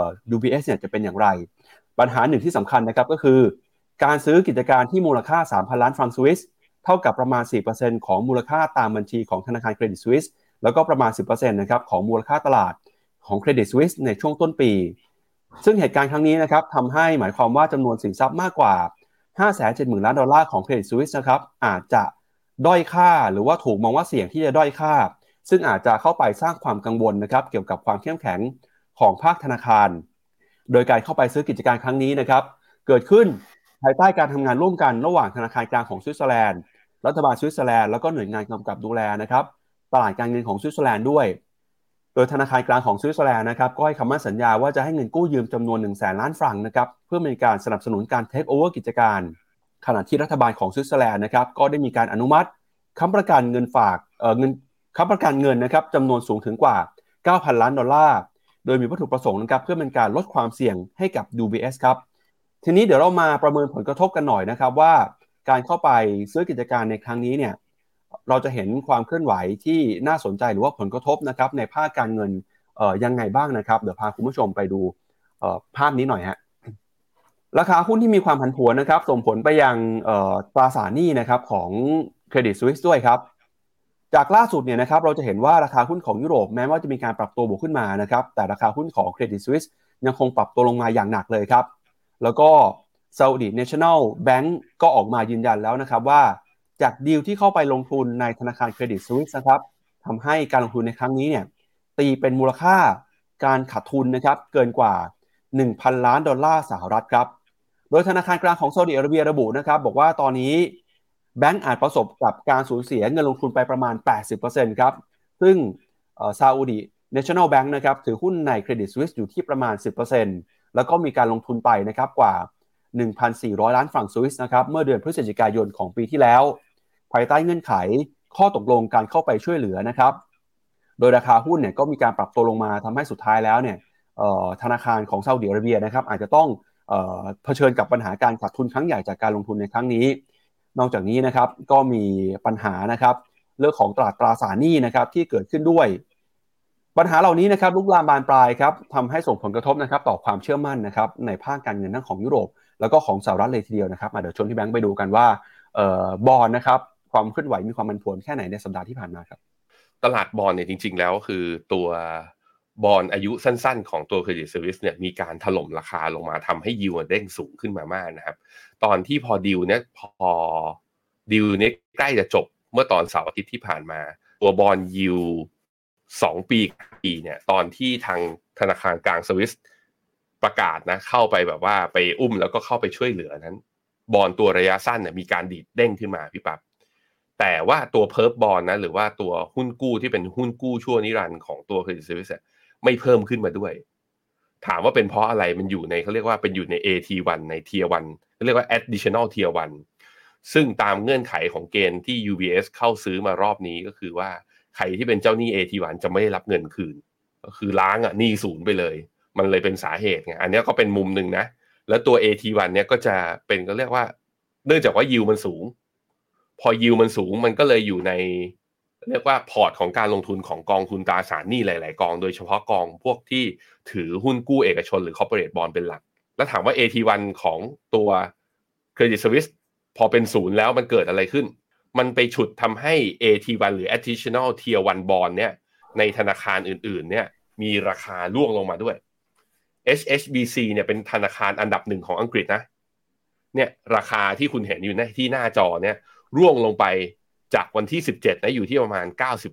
UBS เนี่ยจะเป็นอย่างไรปัญหาหนึ่งที่สำคัญนะครับก็คือการซื้อกิจการที่มูลค่า 3,000 ล้านฟรังก์สวิสเท่ากับประมาณ 4% ของมูลค่าตามบัญชีของธนาคารเครดิตสวิสแล้วก็ประมาณ 10% นะครับของมูลค่าตลาดของเครดิตสวิสในช่วงต้นปีซึ่งเหตุการณ์ครั้งนี้นะครับทำให้หมายความว่าจำนวนสินทรัพย์มากกว่า 570,000 ล้านดอลลาร์ของเครดิตสวิสนะครับอาจจะด้อยค่าหรือว่าถูกมองว่าเสี่ยงที่จะด้อยค่าซึ่งอาจจะเข้าไปสร้างความกังวลนะครับเกี่ยวกับความเข้มแข็งของภาคธนาคารโดยการเข้าไปซื้อกิจการครั้งนี้นะครับเกิดขึ้นภายใต้การทำงานร่วมกันระหว่างธนาคารกลางของสวิตเซอร์แลนด์รัฐบาลสวิตเซอร์แลนด์แล้วก็หน่วยงานกำกับดูแลนะครับตลาดการเงินของสวิตเซอร์แลนด์ด้วยโดยธนาคารกลางของสวิตเซอร์แลนด์นะครับก็ให้คำมั่นสัญญาว่าจะให้เงินกู้ยืมจำนวน 100,000 ล้านฟรังก์นะครับเพื่อเป็นการสนับสนุนการเทคโอเวอร์กิจการขณะที่รัฐบาลของสวิตเซอร์แลนด์นะครับก็ได้มีการอนุมัติค้ำประกันเงินฝากเงินค้ำประกันเงินนะครับจำนวนสูงถึงกว่า 9,000 ล้านดอลลาร์โดยมีวัตถุประสงค์นะครับเพื่อเป็นการลดความเสี่ยงให้กับ UBS ครับทีนี้เดี๋ยวเรามาประเมินผลกระทบกันหน่อยนะครับว่าการเข้าไปซื้อกิจการในครั้งนี้เนี่ยเราจะเห็นความเคลื่อนไหวที่น่าสนใจหรือว่าผลกระทบนะครับในภาคการเงินยังไงบ้างนะครับเดี๋ยวพาคุณผู้ชมไปดูภาพนี้หน่อยฮะราคาหุ้นที่มีความผันผวนนะครับส่งผลไปยังตราสารหนี้นะครับของเครดิตสวิสด้วยครับจากล่าสุดเนี่ยนะครับเราจะเห็นว่าราคาหุ้นของยุโรปแม้ว่าจะมีการปรับตัวบวกขึ้นมานะครับแต่ราคาหุ้นของเครดิตสวิสยังคงปรับตัวลงมาอย่างหนักเลยครับแล้วก็ Saudi National Bank ก็ออกมายืนยันแล้วนะครับว่าจากดีลที่เข้าไปลงทุนในธนาคารเครดิตสวิสนะครับทำให้การลงทุนในครั้งนี้เนี่ยตีเป็นมูลค่าการขาดทุนนะครับเกินกว่า 1,000 ล้านดอลลาร์สหรัฐครับโดยธนาคารกลางของซาอุดิอาระเบียระบุนะครับบอกว่าตอนนี้แบงก์อาจประสบกับการสูญเสียเงินลงทุนไปประมาณ 80% ครับซึ่งซาอุดิ National Bank นะครับถือหุ้นใน Credit Suisse อยู่ที่ประมาณ 10% แล้วก็มีการลงทุนไปนะครับกว่า 1,400 ล้านฟรังก์สวิสนะครับเมื่อเดือนพฤศจิกายนของปีที่แล้วภายใต้เงื่อนไขข้อตกลงการเข้าไปช่วยเหลือนะครับโดยราคาหุ้นเนี่ยก็มีการปรับตัวลงมาทำให้สุดท้ายแล้วเนี่ยธนาคารของซาอุดิอาระเบียนะครับอาจจะต้องเผชิญกับปัญหาการขาดทุนครั้งใหญ่จากการลงทุนในครั้งนี้นอกจากนี้นะครับก็มีปัญหานะครับเรื่องของตลาดตราสารหนี้นะครับที่เกิดขึ้นด้วยปัญหาเหล่านี้นะครับลุกลามบานปลายครับทำให้ส่งผลกระทบนะครับต่อความเชื่อมั่นนะครับในภาคการเงินทั้งของยุโรปแล้วก็ของสหรัฐเลยทีเดียวนะครับเดี๋ยวชวนที่แบงค์ไปดูกันว่าบอนด์นะครับความเคลื่อนไหวมีความผันผวนแค่ไหนในสัปดาห์ที่ผ่านมาครับตลาดบอนด์เนี่ยจริงๆแล้วคือตัวบอนด์อายุสั้นๆของตัว Credit Suisse เนี่ยมีการถล่มราคาลงมาทำให้ยิวเด้งสูงขึ้นมามากนะครับตอนที่พอดีลเนี่ยใกล้จะจบเมื่อตอนเสาร์อาทิตย์ที่ผ่านมาตัวบอนด์ยิว2 ปีเนี่ยตอนที่ทางธนาคารกลางสวิสประกาศนะเข้าไปแบบว่าไปอุ้มแล้วก็เข้าไปช่วยเหลือนั้นบอนด์ตัวระยะสั้นเนี่ยมีการดีดเด้งขึ้นมาพี่ปั๊บแต่ว่าตัวเพิร์ฟบอนด์นะหรือว่าตัวหุ้นกู้ที่เป็นหุ้นกู้ชั่วนิรันดร์ของตัว Credit Suisse ไม่เพิ่มขึ้นมาด้วยถามว่าเป็นเพราะอะไรมันอยู่ในเขาเรียกว่าเป็นอยู่ใน AT1 ใน Tier 1เขาเรียกว่า Additional Tier 1ซึ่งตามเงื่อนไขของเกณฑ์ที่ UBS เข้าซื้อมารอบนี้ก็คือว่าใครที่เป็นเจ้าหนี้ AT1 จะไม่ได้รับเงินคืนก็คือล้างหนี้ศูนย์ไปเลยมันเลยเป็นสาเหตุไงอันนี้ก็เป็นมุมหนึ่งนะแล้วตัว AT1 เนี่ยก็จะเป็นก็เรียกว่าเนื่องจากว่ายิวมันสูงพอยิวมันสูงมันก็เลยอยู่ในเรียกว่าพอร์ตของการลงทุนของกองทุนตราสารหนี้หลายๆกองโดยเฉพาะกองพวกที่ถือหุ้นกู้เอกชนหรือ corporate bond เป็นหลักแล้วถามว่า AT1 ของตัว Credit Suisse พอเป็นศูนย์แล้วมันเกิดอะไรขึ้นมันไปฉุดทำให้ AT1 หรือ Additional Tier 1 Bond เนี่ยในธนาคารอื่นๆเนี่ยมีราคาร่วงลงมาด้วย HSBC เนี่ยเป็นธนาคารอันดับ1ของอังกฤษนะเนี่ยราคาที่คุณเห็นอยู่ที่หน้าจอเนี่ยร่วงลงไปจากวันที่17นะอยู่ที่ประมาณ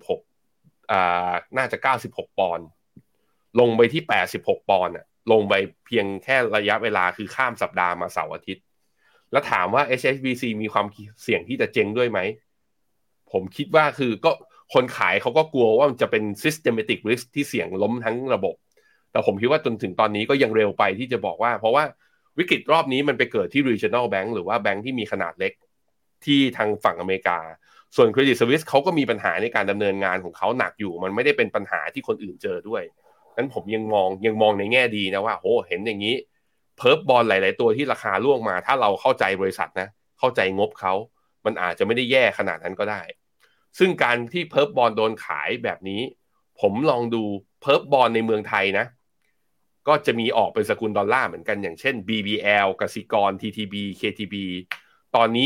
96น่าจะ96ปอนด์ลงไปที่86ปอนด์ลงไปเพียงแค่ระยะเวลาคือข้ามสัปดาห์มาเสาร์อาทิตย์แล้วถามว่า HSBC มีความเสี่ยงที่จะเจ๊งด้วยไหมผมคิดว่าคือก็คนขายเขาก็กลัวว่ามันจะเป็น systematic risk ที่เสี่ยงล้มทั้งระบบแต่ผมคิดว่าจนถึงตอนนี้ก็ยังเร็วไปที่จะบอกว่าเพราะว่าวิกฤตรอบนี้มันไปเกิดที่ regional bank หรือว่าแบงค์ที่มีขนาดเล็กที่ทางฝั่งอเมริกาส่วน Credit Suisse เขาก็มีปัญหาในการดำเนินงานของเขาหนักอยู่มันไม่ได้เป็นปัญหาที่คนอื่นเจอด้วยนั้นผมยังมองในแง่ดีนะว่าโหเห็นอย่างนี้เพิร์ฟบอลหลายๆตัวที่ราคาล่วงมาถ้าเราเข้าใจบริษัทนะเข้าใจงบเขามันอาจจะไม่ได้แย่ขนาดนั้นก็ได้ซึ่งการที่เพิร์ฟบอลโดนขายแบบนี้ผมลองดูเพิร์ฟบอลในเมืองไทยนะก็จะมีออกเป็นสกุลดอลลาร์เหมือนกันอย่างเช่น BBL กสิกร TTB KTB ตอนนี้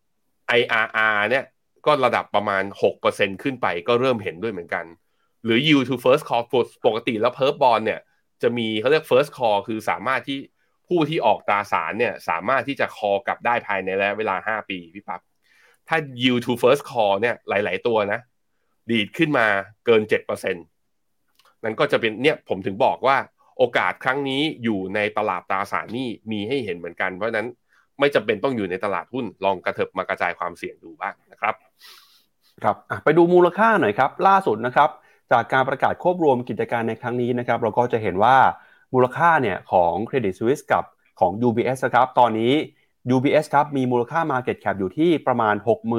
IRR เนี่ยก็ระดับประมาณ 6% ขึ้นไปก็เริ่มเห็นด้วยเหมือนกันหรือ yield to first call ปกติแล้วเพิร์ฟบอลเนี่ยจะมีเขาเรียก first call คือสามารถที่ผู้ที่ออกตราสารเนี่ยสามารถที่จะ call กลับได้ภายในระยะเวลา5ปีพี่ปั๊บถ้า yield to first call เนี่ยหลายๆตัวนะดีดขึ้นมาเกิน 7% นั่นก็จะเป็นเนี่ยผมถึงบอกว่าโอกาสครั้งนี้อยู่ในตลาดตราสารหนี้มีให้เห็นเหมือนกันเพราะนั้นไม่จำเป็นต้องอยู่ในตลาดหุ้นลองกระเถิบมากระจายความเสี่ยงดูบ้างนะครับครับไปดูมูลค่าหน่อยครับล่าสุดนะครับจากการประกาศควบรวมกิจการในครั้งนี้นะครับเราก็จะเห็นว่ามูลค่าเนี่ยของ Credit Suisse กับของ UBS นะครับตอนนี้ UBS ครับมีมูลค่า Market Cap อยู่ที่ประมาณ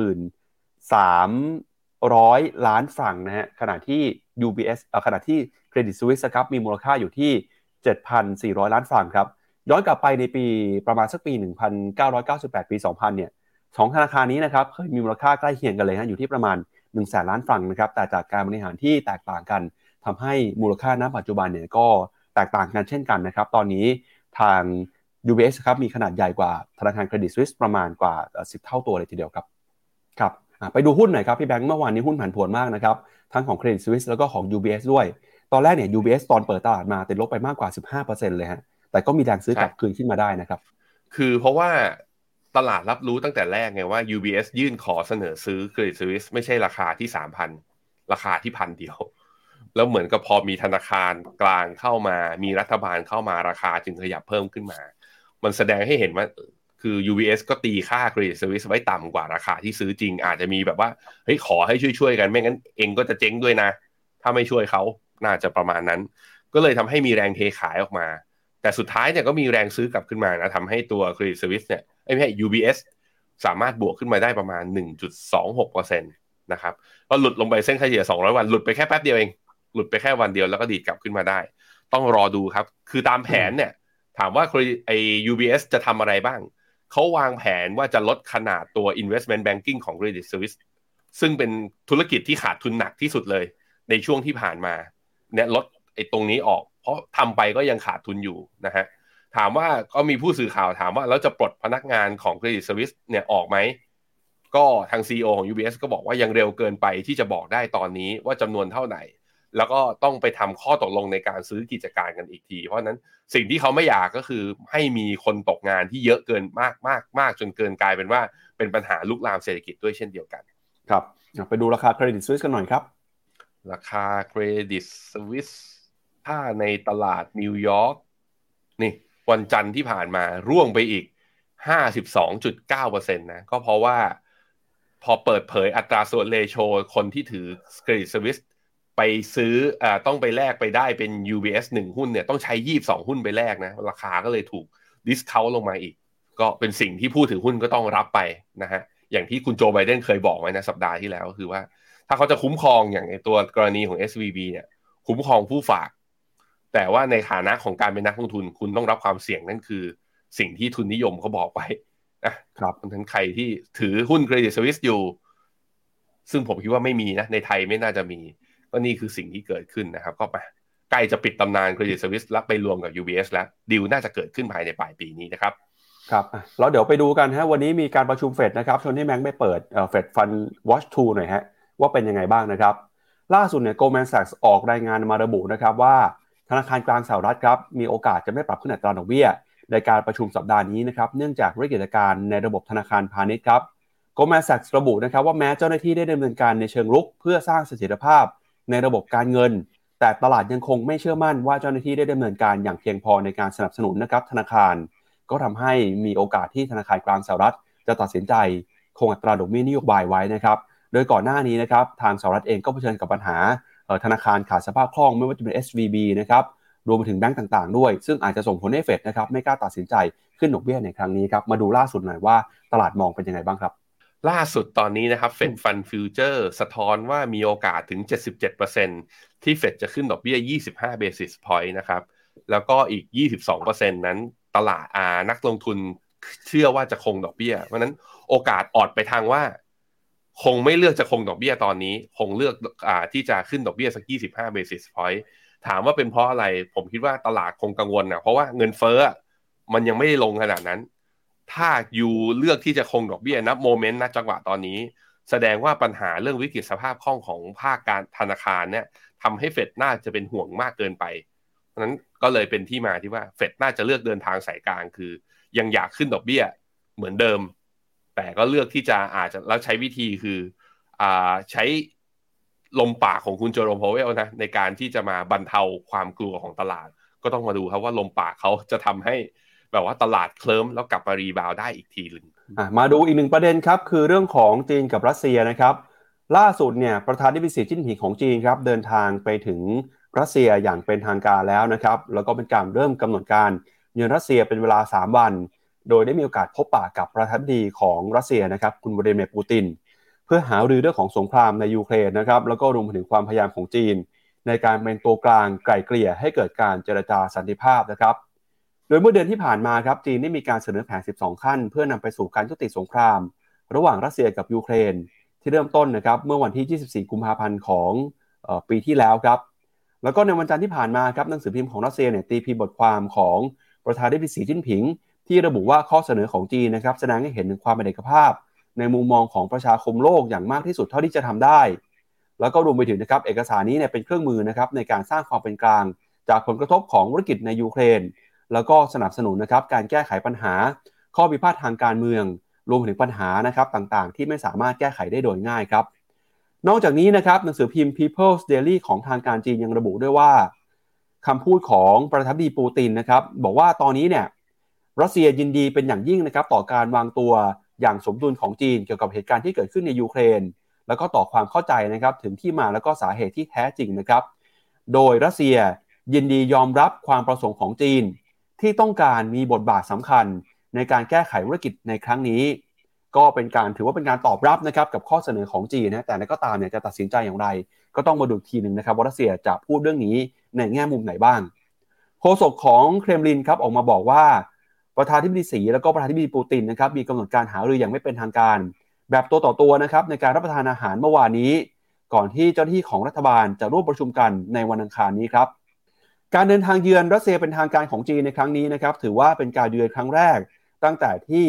63,000 ล้านฟรังนะฮะขณะที่ UBS ขณะที่ Credit Suisse ครับมีมูลค่าอยู่ที่ 7,400 ล้านฟรังครับย้อนกลับไปในปีประมาณสักปี 1998 ปี 2000 เนี่ยสองธนาคารนี้นะครับเคยมีมูลค่าใกล้เคียงกันเลยอยู่ที่ประมาณ 100,000 ล้านฟรังนะครับแต่จากการบริหารที่แตกต่างกันทำให้มูลค่าณปัจจุบันเนี่ยก็แตกต่างกันเช่นกันนะครับตอนนี้ทาง UBS ครับมีขนาดใหญ่กว่าธนาคาร Credit Suisse ประมาณกว่า10 เท่าตัวเลยทีเดียวครับครับไปดูหุ้นหน่อยครับพี่แบงค์เมื่อวานนี้หุ้นผันผวนมากนะครับทั้งของ Credit Suisse แล้วก็ของ UBS ด้วยตอนแรกเนี่ย UBS ตอนเปิดตลาดมาติดลบไปมากกว่า 15% เลยฮะแต่ก็มีแรงซื้อกลับคืนขึ้นมาได้นะครับคือเพราะว่าตลาดรับรู้ตั้งแต่แรกไงว่า UBS ยื่นขอเสนอซื้อ Credit Suisse ไม่ใช่ราคาที่ 3,000 ราคาที่1,000 เดียวแล้วเหมือนกับพอมีธนาคารกลางเข้ามามีรัฐบาลเข้ามาราคาจึงขยับเพิ่มขึ้นมามันแสดงให้เห็นว่าคือ UBS ก็ตีค่า Credit Suisse ไว้ต่ำกว่าราคาที่ซื้อจริงอาจจะมีแบบว่าเฮ้ยขอให้ช่วยๆกันไม่งั้นเองก็จะเจ๊งด้วยนะถ้าไม่ช่วยเขาน่าจะประมาณนั้นก็เลยทำให้มีแรงเทขายออกมาแต่สุดท้ายเนี่ยก็มีแรงซื้อกลับขึ้นมานะทำให้ตัว Credit Suisse เนี่ยไม่ใช่ UBS สามารถบวกขึ้นมาได้ประมาณ 1.26% นะครับก็หลุดลงไปเส้นเฉลี่ย200วันหลุดไปแค่แป๊บเดียวเองหลุดไปแค่วันเดียวแล้วก็ดีดกลับขึ้นมาได้ต้องรอดูครับคือตามแผนเนี่ยถามว่าUBS จะทำอะไรบ้างเขาวางแผนว่าจะลดขนาดตัว investment banking ของ Credit Suisse ซึ่งเป็นธุรกิจที่ขาดทุนหนักที่สุดเลยในช่วงที่ผ่านมาเนี่ยลดตรงนี้ออกเพราะทำไปก็ยังขาดทุนอยู่นะฮะถามว่าก็มีผู้สื่อข่าวถามว่าแล้วจะปลดพนักงานของ Credit Suisse เนี่ยออกไหมก็ทาง CEO ของ UBS ก็บอกว่ายังเร็วเกินไปที่จะบอกได้ตอนนี้ว่าจำนวนเท่าไหร่แล้วก็ต้องไปทำข้อตกลงในการซื้อกิจการกันอีกทีเพราะฉะนั้นสิ่งที่เขาไม่อยากก็คือให้มีคนตกงานที่เยอะเกินมากจนเกินกลายเป็นว่าเป็นปัญหาลุกลามเศรษฐกิจด้วยเช่นเดียวกันครับไปดูราคาเครดิตสวิสกันหน่อยครับราคาเครดิตสวิสถ้าในตลาดนิวยอร์กนี่วันจันทร์ที่ผ่านมาร่วงไปอีก 52.9% นะก็เพราะว่าพอเปิดเผยอัตราส่วนเรโชคนที่ถือเครดิตสวิสไปซื้อต้องไปแลกไปได้เป็น UBS 1 หุ้นเนี่ยต้องใช้22หุ้นไปแลกนะราคาก็เลยถูกดิสเคาท์ลงมาอีกก็เป็นสิ่งที่ผู้ถือหุ้นก็ต้องรับไปนะฮะอย่างที่คุณโจไบเดนเคยบอกไว้นะสัปดาห์ที่แล้วคือว่าถ้าเขาจะคุ้มครองอย่างตัวกรณีของ SVB เนี่ยคุ้มครองผู้ฝากแต่ว่าในฐานะของการเป็นนักลงทุนคุณต้องรับความเสี่ยงนั่นคือสิ่งที่ทุนนิยมเขาบอกไว้นะครับเพราะฉะนั้นใครที่ถือหุ้นเครดิตสวิสอยู่ซึ่งผมคิดว่าไม่มีนะในไทยไม่น่าจะมีก็นี่คือสิ่งที่เกิดขึ้นนะครับก็ไปใกล้จะปิดตำนานเครดิตสวิสแล้วไปรวมกับ UBS แล้วดีลน่าจะเกิดขึ้นภายในปลายปีนี้นะครับครับแล้วเดี๋ยวไปดูกันฮะวันนี้มีการประชุมเฟดนะครับชวนให้แบงค์ไม่เปิดเฟดฟันวอช2หน่อยฮะว่าเป็นยังไงบ้างนะครับล่าสุดเนี่ย Goldman Sachs ออกรายงานมาระบุนะครับว่าธนาคารกลางสหรัฐครับมีโอกาสจะไม่ปรับขึ้นอัตราดอกเบี้ยในการประชุมสัปดาห์นี้นะครับเนื่องจากวิกฤตการณ์ในระบบธนาคารพาณิชย์ครับ Goldman Sachs ระบุนะครับว่าแม้เจ้าหน้าที่ได้ดำเนินการในเชิงรุกเพื่อสร้างเสถียรภาพในระบบการเงินแต่ตลาดยังคงไม่เชื่อมั่นว่าเจ้าหน้าที่ได้ดำเนินการอย่างเพียงพอในการสนับสนุนนะครับธนาคารก็ทำให้มีโอกาสที่ธนาคารกลางสหรัฐจะตัดสินใจคงอัตราดอกเบี้ยนโยบายไว้นะครับโดยก่อนหน้านี้นะครับทางสหรัฐเองก็เผชิญกับปัญหาธนาคารขาดสภาพคล่องไม่ว่าจะเป็น SVB นะครับรวมไปถึงแบงก์ต่างๆด้วยซึ่งอาจจะส่งผลให้เฟดนะครับไม่กล้าตัดสินใจขึ้นดอกเบี้ยในครั้งนี้ครับมาดูล่าสุดหน่อยว่าตลาดมองเป็นยังไงบ้างครับล่าสุดตอนนี้นะครับ Fed Fund Future สะท้อนว่ามีโอกาสถึง 77% ที่ Fed จะขึ้นดอกเบี้ย25 basis point นะครับแล้วก็อีก 22% นั้นตลาดนักลงทุนเชื่อว่าจะคงดอกเบี้ยเพราะนั้นโอกาสออดไปทางว่าคงไม่เลือกจะคงดอกเบี้ยตอนนี้คงเลือกที่จะขึ้นดอกเบี้ยสัก25 basis point ถามว่าเป็นเพราะอะไรผมคิดว่าตลาดคงกังวลนะเพราะว่าเงินเฟ้อมันยังไม่ได้ลงขนาดนั้นถ้ายูเลือกที่จะคงดอกเบี้ยนับโมเมนต์ณจังหวะตอนนี้แสดงว่าปัญหาเรื่องวิกฤตสภาพคล่องของภาคการธนาคารเนี่ยทำให้เฟดน่าจะเป็นห่วงมากเกินไปเพราะนั้นก็เลยเป็นที่มาที่ว่าเฟดน่าจะเลือกเดินทางสายกลางคือยังอยากขึ้นดอกเบี้ยเหมือนเดิมแต่ก็เลือกที่จะอาจจะแล้วใช้วิธีคือใช้ลมปากของคุณเจอโรม พาวเวลนะในการที่จะมาบรรเทาความกลัวของตลาดก็ต้องมาดูครับว่าลมปากเขาจะทำให้แบบว่าตลาดเคลิ้มแล้วกลับมารีบาวได้อีกทีนึงมาดูอีกหนึ่งประเด็นครับคือเรื่องของจีนกับรัสเซียนะครับล่าสุดเนี่ยประธานาธิบดีสีจิ้นผิงของจีนครับเดินทางไปถึงรัสเซียอย่างเป็นทางการแล้วนะครับแล้วก็เป็นการเริ่มกำหนดการเยือนรัสเซียเป็นเวลา3วันโดยได้มีโอกาสพบปะกับประธานาธิบดีของรัสเซียนะครับคุณวลาดิเมียร์ปูตินเพื่อหารือเรื่องของสงครามในยูเครนนะครับแล้วก็รวมถึงความพยายามของจีนในการเป็นตัวกลางไกล่เกลี่ยให้เกิดการเจรจาสันติภาพนะครับโดยเมื่อเดือนที่ผ่านมาครับจีนได้มีการเสนอแผน12ขั้นเพื่อนำไปสู่การยุติสงครามระหว่างรัสเซียกับยูเครนที่เริ่มต้นนะครับเมื่อวันที่24กุมภาพันธ์ของปีที่แล้วครับแล้วก็ในวันจันทร์ที่ผ่านมาครับหนังสือพิมพ์ของรัสเซียเนี่ยตีพิมพ์บทความของประธานาธิบดีสีจิ้นผิงที่ระบุว่าข้อเสนอของจีนนะครับแสดงให้เห็นถึงความเป็นเอกภาพในมุมมองของประชาคมโลกอย่างมากที่สุดเท่าที่จะทำได้แล้วก็รวมไปถึงนะครับเอกสารนี้เนี่ยเป็นเครื่องมือนะครับในการสร้างความเป็นกลางจากผลกระทบของวิกฤตในยูเครนแล้วก็สนับสนุนนะครับการแก้ไขปัญหาข้อพิพาททางการเมืองรวมถึงปัญหานะครับต่างๆที่ไม่สามารถแก้ไขได้โดยง่ายครับนอกจากนี้นะครับหนังสือพิมพ์ People's Daily ของทางการจีนยังระบุด้วยว่าคำพูดของประธานาธิบดีปูตินนะครับบอกว่าตอนนี้เนี่ยรัสเซียยินดีเป็นอย่างยิ่งนะครับต่อการวางตัวอย่างสมดุลของจีนเกี่ยวกับเหตุการณ์ที่เกิดขึ้นในยูเครนแล้วก็ต่อความเข้าใจนะครับถึงที่มาแล้วก็สาเหตุที่แท้จริงนะครับโดยรัสเซียยินดียอมรับความประสงค์ของจีนที่ต้องการมีบทบาทสำคัญในการแก้ไขวิกฤตในครั้งนี้ก็เป็นการถือว่าเป็นการตอบรับนะครับกับข้อเสนอของจีนนะแต่ก็ตามเนี่ยจะตัดสินใจอย่างไรก็ต้องมาดูทีนึงนะครับว่ารัสเซียจะพูดเรื่องนี้ในแง่มุมไหนบ้างโฆษกของเครมลินครับออกมาบอกว่าประธานาธิบดีสีแล้วก็ประธานาธิบดีปูตินนะครับมีกำหนดการหารืออย่างไม่เป็นทางการแบบตัวต่อตัวนะครับในการรับประทานอาหารเมื่อวานนี้ก่อนที่เจ้าหน้าที่ของรัฐบาลจะร่วมประชุมกันในวันอังคารนี้ครับการเดินทางเยือนรัสเซียเป็นทางการของจีนในครั้งนี้นะครับถือว่าเป็นการเยือนครั้งแรกตั้งแต่ที่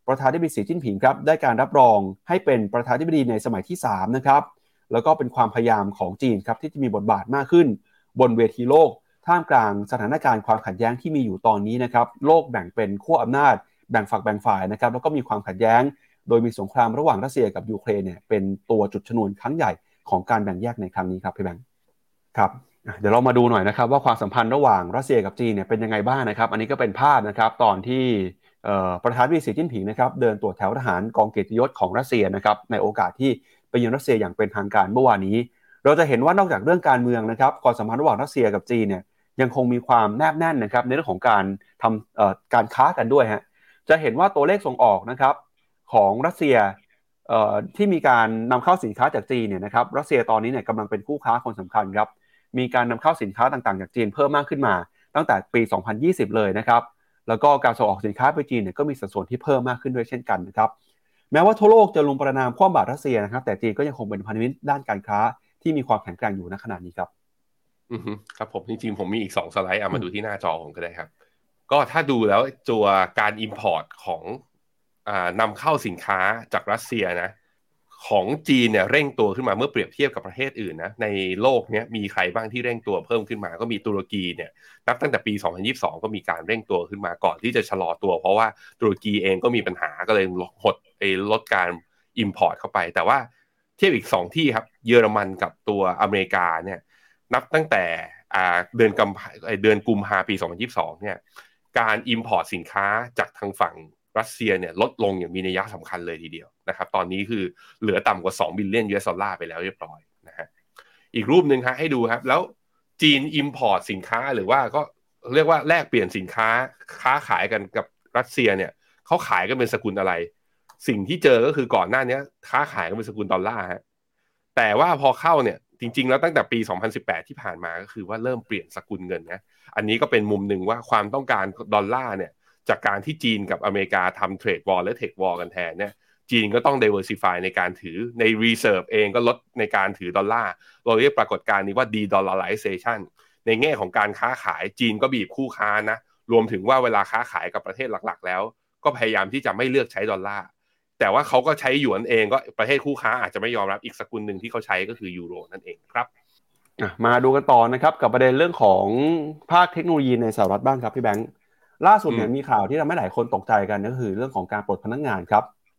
ประธานาธิบดีสีจิ้นผิงครับได้การรับรองให้เป็นประธานาธิบดีในสมัยที่3นะครับแล้วก็เป็นความพยายามของจีนครับที่จะมีบทบาทมากขึ้นบนเวทีโลกท่ามกลางสถานการณ์ความขัดแย้งที่มีอยู่ตอนนี้นะครับโลกแบ่งเป็นขั้วอำนาจแบ่งฝักแบ่งฝ่ายนะครับแล้วก็มีความขัดแย้งโดยมีสงครามระหว่างรัสเซียกับยูเครนเนี่ยเป็นตัวจุดชนวนครั้งใหญ่ของการแบ่งแยกในครั้งนี้ครับพี่แบงค์ครับเดี๋ยวเรามาดูหน่อยนะครับว่าความสัมพันธ์ระหว่างรัสเซียกับจีนเนี่ยเป็นยังไงบ้างนะครับอันนี้ก็เป็นภาพนะครับตอนที่ประธานาธิบดีสีจิ้นผิงนะครับเดินตรวจแถวทหารกองเกียรติยศของรัสเซียนะครับในโอกาสที่ไปเยือนรัสเซียอย่างเป็นทางการเมื่อวานนี้เราจะเห็นว่านอกจากเรื่องการเมืองนะครับความสัมพันธ์ระหว่างรัสเซียกับจีนเนี่ยยังคงมีความแนบแน่นนะครับในเรื่องของการทำการค้ากันด้วยฮะจะเห็นว่าตัวเลขส่งออกนะครับของรัสเซียที่มีการนำเข้าสินค้าจากจีนเนี่ยนะครับรัสเซียตอนนี้เนี่ยกำลังเป็นคู่ค้าคนสำคัญครับมีการนำเข้าสินค้าต่างๆจากจีนเพิ่มมากขึ้นมาตั้งแต่ปี 2020 เลยนะครับแล้วก็การส่งออกสินค้าไปจีนเนี่ยก็มีสัดส่วนที่เพิ่มมากขึ้นด้วยเช่นกันนะครับแม้ว่าทั่วโลกจะรุมประณามคว่ำบาตรรัสเซียนะครับแต่จีนก็ยังคงเป็นพันธมิตรด้านการค้าที่มีความแข็งแกร่งอยู่ณขณะนี้ครับครับผมจริงๆผมมีอีก2 สไลด์มาดูที่หน้าจอผมก็ได้ครับก็ถ้าดูแล้วตัวการ import ของนำเข้าสินค้าจากรัสเซียนะของจีนเนี่ยเร่งตัวขึ้นมาเมื่อเปรียบเทียบกับประเทศอื่นนะในโลกนี้มีใครบ้างที่เร่งตัวเพิ่มขึ้นมาก็มีตุรกีเนี่ยนับตั้งแต่ปี 2022 ก็มีการเร่งตัวขึ้นมาก่อนที่จะชะลอตัวเพราะว่าตุรกีเองก็มีปัญหาก็เลยลดการ import เข้าไปแต่ว่าเทียบอีก2ที่ครับเยอรมันกับตัวอเมริกาเนี่ยนับตั้งแต่เดือนกุมภาพันธ์ปี 2022 เนี่ยการ import สินค้าจากทางฝั่งรัสเซียเนี่ยลดลงอย่างมีนัยสำคัญเลยทีเดียวนะครับตอนนี้คือเหลือต่ำกว่า2 บิลเลียน US ดอลลาร์ไปแล้วเรียบร้อยนะฮะอีกรูปหนึ่งครับให้ดูครับแล้วจีน import สินค้าหรือว่าก็เรียกว่าแลกเปลี่ยนสินค้าค้าขายกันกับรัสเซียเนี่ยเขาขายกันเป็นสกุลอะไรสิ่งที่เจอก็คือก่อนหน้านี้ค้าขายกันเป็นสกุลดอลลาร์ฮะแต่ว่าพอเข้าเนี่ยจริงๆแล้วตั้งแต่ปี 2018 ที่ผ่านมาก็คือว่าเริ่มเปลี่ยนสกุลเงินนะอันนี้ก็เป็นมุมหนึ่งว่าความต้องการดอลลาร์เนี่ยจากการที่จีนกับอเมริกาทำเทรดวอร์และเทควอร์กันแทนเนี่ยจีนก็ต้อง diversify ในการถือใน reserve เองก็ลดในการถือดอลลาร์เราเรียกปรากฏการณ์นี้ว่า de-dollarization ในแง่ของการค้าขายจีนก็บีบคู่ค้านะรวมถึงว่าเวลาค้าขายกับประเทศหลักๆแล้วก็พยายามที่จะไม่เลือกใช้ดอลลาร์แต่ว่าเขาก็ใช้หยวนเองก็ประเทศคู่ค้าอาจจะไม่ยอมรับอีกสกุลหนึ่งที่เขาใช้ก็คือยูโรนั่นเองครับมาดูกันต่อนะครับกับประเด็นเรื่องของภาคเทคโนโลยีในสหรัฐบ้างครับพี่แบงค์ล่าสุดเนี่ยมีข่าวที่ทำให้หลายคนตกใจกันก็คือเรื่องของการปลดพนักงานครับ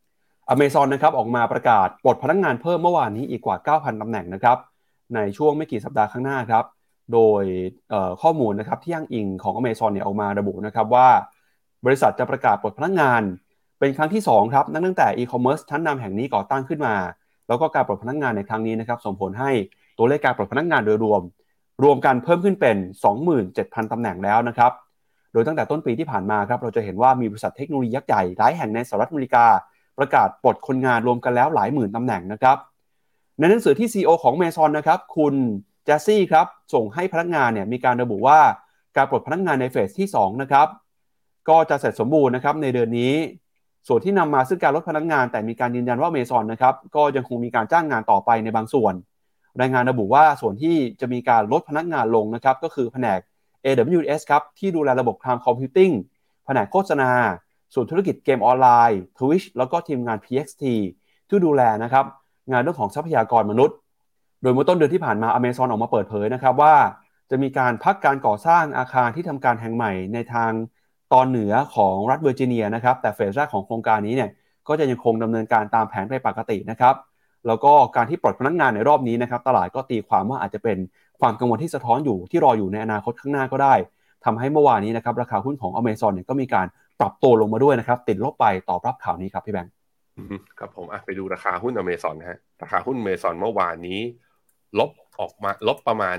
Amazon นะครับออกมาประกาศปลดพนักงานเพิ่มเมื่อวานนี้อีกกว่า 9,000 ตำแหน่งนะครับในช่วงไม่กี่สัปดาห์ข้างหน้าครับโดยข้อมูลนะครับที่อ้างอิงของ Amazon เนี่ยออกมาระบุนะครับว่าบริษัทจะประกาศปลดพนักงานเป็นครั้งที่2ครับตั้งแต่อีคอมเมิร์ซชั้นนำแห่งนี้ก่อตั้งขึ้นมาแล้วก็การปลดพนักงานในครั้งนี้นะครับส่งผลให้ตัวเลขการปลดพนักงานโดยรวมกันเพิ่มขึ้นเป็น 27,000 ตำแหน่งแล้วนะครับโดยตั้งแต่ต้นปีที่ผ่านมาครับเราจะเห็นว่ามีบริษัทเทคโนโลยียักษ์ใหญ่หลายแห่งในสหรัฐอเมริกาประกาศปลดคนงานรวมกันแล้วหลายหมื่นตำแหน่งนะครับในหนังสือที่ CEO ของ Amazon นะครับคุณแจสซี่ครับส่งให้พนักงานเนี่ยมีการระบุว่าการปลดพนักงานในเฟสที่2นะครับก็จะเสร็จสมบูรณ์นะครับในเดือนนี้ส่วนที่นำมาซึ่งการลดพนักงานแต่มีการยืนยันว่า Amazon นะครับก็ยังคงมีการจ้างงานต่อไปในบางส่วนรายงานระบุว่าส่วนที่จะมีการลดพนักงานลงนะครับก็คือแผนก AWS ครับที่ดูแลระบบ Cloud Computing แผนกโฆษณาส่วนธุรกิจเกมออนไลน์ Twitch แล้วก็ทีมงาน PXT ที่ดูแลนะครับงานเรื่องของทรัพยากรมนุษย์โดยเมื่อต้นเดือนที่ผ่านมา Amazon ออกมาเปิดเผยนะครับว่าจะมีการพักการก่อสร้างอาคารที่ทำการแห่งใหม่ในทางตอนเหนือของรัฐเวอร์จิเนียนะครับแต่เฟสแรกของโครงการนี้เนี่ยก็จะยังคงดำเนินการตามแผนไปปกตินะครับแล้วก็การที่ปลดพนักงานในรอบนี้นะครับตลาดก็ตีความว่าอาจจะเป็นความกังวลที่สะท้อนอยู่ที่รออยู่ในอนาคตข้างหน้าก็ได้ทำให้เมื่อวานนี้นะครับราคาหุ้นของ Amazon เนี่ยก็มีการปรับตัวลงมาด้วยนะครับติดลบไปตอบรับข่าวนี้ครับพี่แบงค์ครับผมไปดูราคาหุ้น Amazon ฮะราคาหุ้น Amazon เมื่อวานนี้ลบประมาณ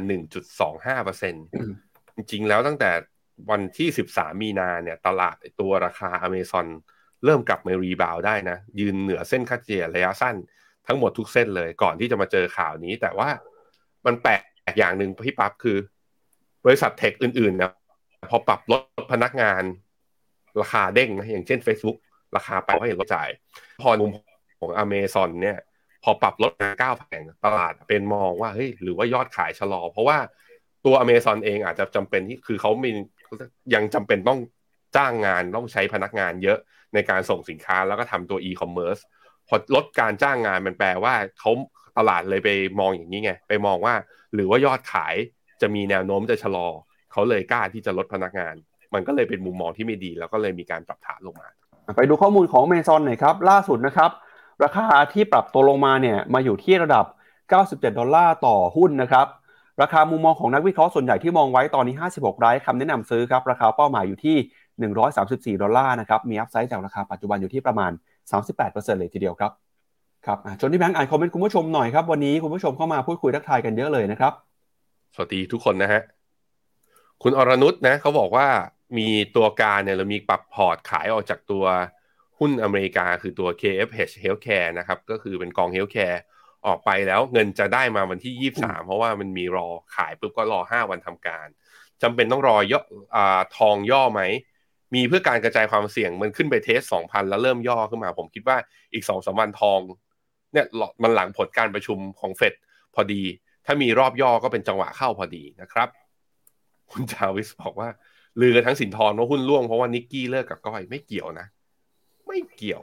1.25% จริงๆแล้วตั้งแต่วันที่13มีนาเนี่ยตลาดตัวราคา Amazon เริ่มกลับมารีบาวได้นะยืนเหนือเส้นค่าเฉลี่ยระยะสั้นทั้งหมดทุกเส้นเลยก่อนที่จะมาเจอข่าวนี้แต่ว่ามันแปลกอย่างหนึ่งพี่ปั๊บคือบริษัทเทคอื่นๆนะพอปรับลดพนักงานราคาเด้งนะอย่างเช่น Facebook ราคาไปเพราะเห็นลดจ่ายพอมุมของ Amazon เนี่ยพอปรับลด9,000ตลาดเป็นมองว่าเฮ้ยหรือว่ายอดขายชะลอเพราะว่าตัว Amazon เองอาจจะจำเป็นที่คือเขามียังจำเป็นต้องจ้างงานต้องใช้พนักงานเยอะในการส่งสินค้าแล้วก็ทำตัว e-commerce พอลดการจ้างงานมันแปลว่าเขาตลาดเลยไปมองอย่างนี้ไงไปมองว่าหรือว่ายอดขายจะมีแนวโน้มจะชะลอเขาเลยกล้าที่จะลดพนักงานมันก็เลยเป็นมุมมองที่ไม่ดีแล้วก็เลยมีการปรับฐานลงมาไปดูข้อมูลของ Amazon หน่อยครับล่าสุดนะครับราคาที่ปรับตัวลงมาเนี่ยมาอยู่ที่ระดับ$97ต่อหุ้นนะครับราคามุมมองของนักวิเคราะห์ส่วนใหญ่ที่มองไว้ตอนนี้56รายคำแนะนำซื้อครับราคาเป้าหมายอยู่ที่$134นะครับมีอัพไซด์จากราคาปัจจุบันอยู่ที่ประมาณ 38% เลยทีเดียวครับครับจนที่แบงค์อ่านคอมเมนต์คุณผู้ชมหน่อยครับวันนี้คุณผู้ชมเข้ามาพูดคุยทักทายกันเยอะเลยนะครับสวัสดีทุกคนนะฮะคุณอรนุชนะเขาบอกว่ามีตัวการเนี่ยเรามีปรับพอร์ตขายออกจากตัวหุ้นอเมริกาคือตัว KFH Healthcare นะครับก็คือเป็นกอง Healthcare ออกไปแล้วเงินจะได้มาวันที่23เพราะว่ามันมีรอขายปุ๊บก็รอ5วันทำการจำเป็นต้องรอย่อทองย่อไหมมีเพื่อการกระจายความเสี่ยงมันขึ้นไปเทส 2,000 แล้วเริ่มย่อขึ้นมาผมคิดว่าอีก 2-3 วันทองเนี่ยมันหลังผลการประชุมของเฟดพอดีถ้ามีรอบย่อก็เป็นจังหวะเข้าพอดีนะครับคุณจาวิสบอกว่าลือกันทั้งสินทรว่าหุ้นร่วงเพราะว่านิกกี้เลิกกับก้อยไม่เกี่ยวนะไม่เกี่ยว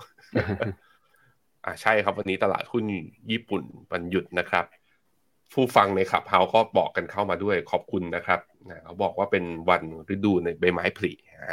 ใช่ครับวันนี้ตลาดหุ้นญี่ปุ่นวันหยุดนะครับผู้ฟังในขับเฮาก็บอกกันเข้ามาด้วยขอบคุณนะครับเขาบอกว่าเป็นวันฤดูในใบไม้ผลิ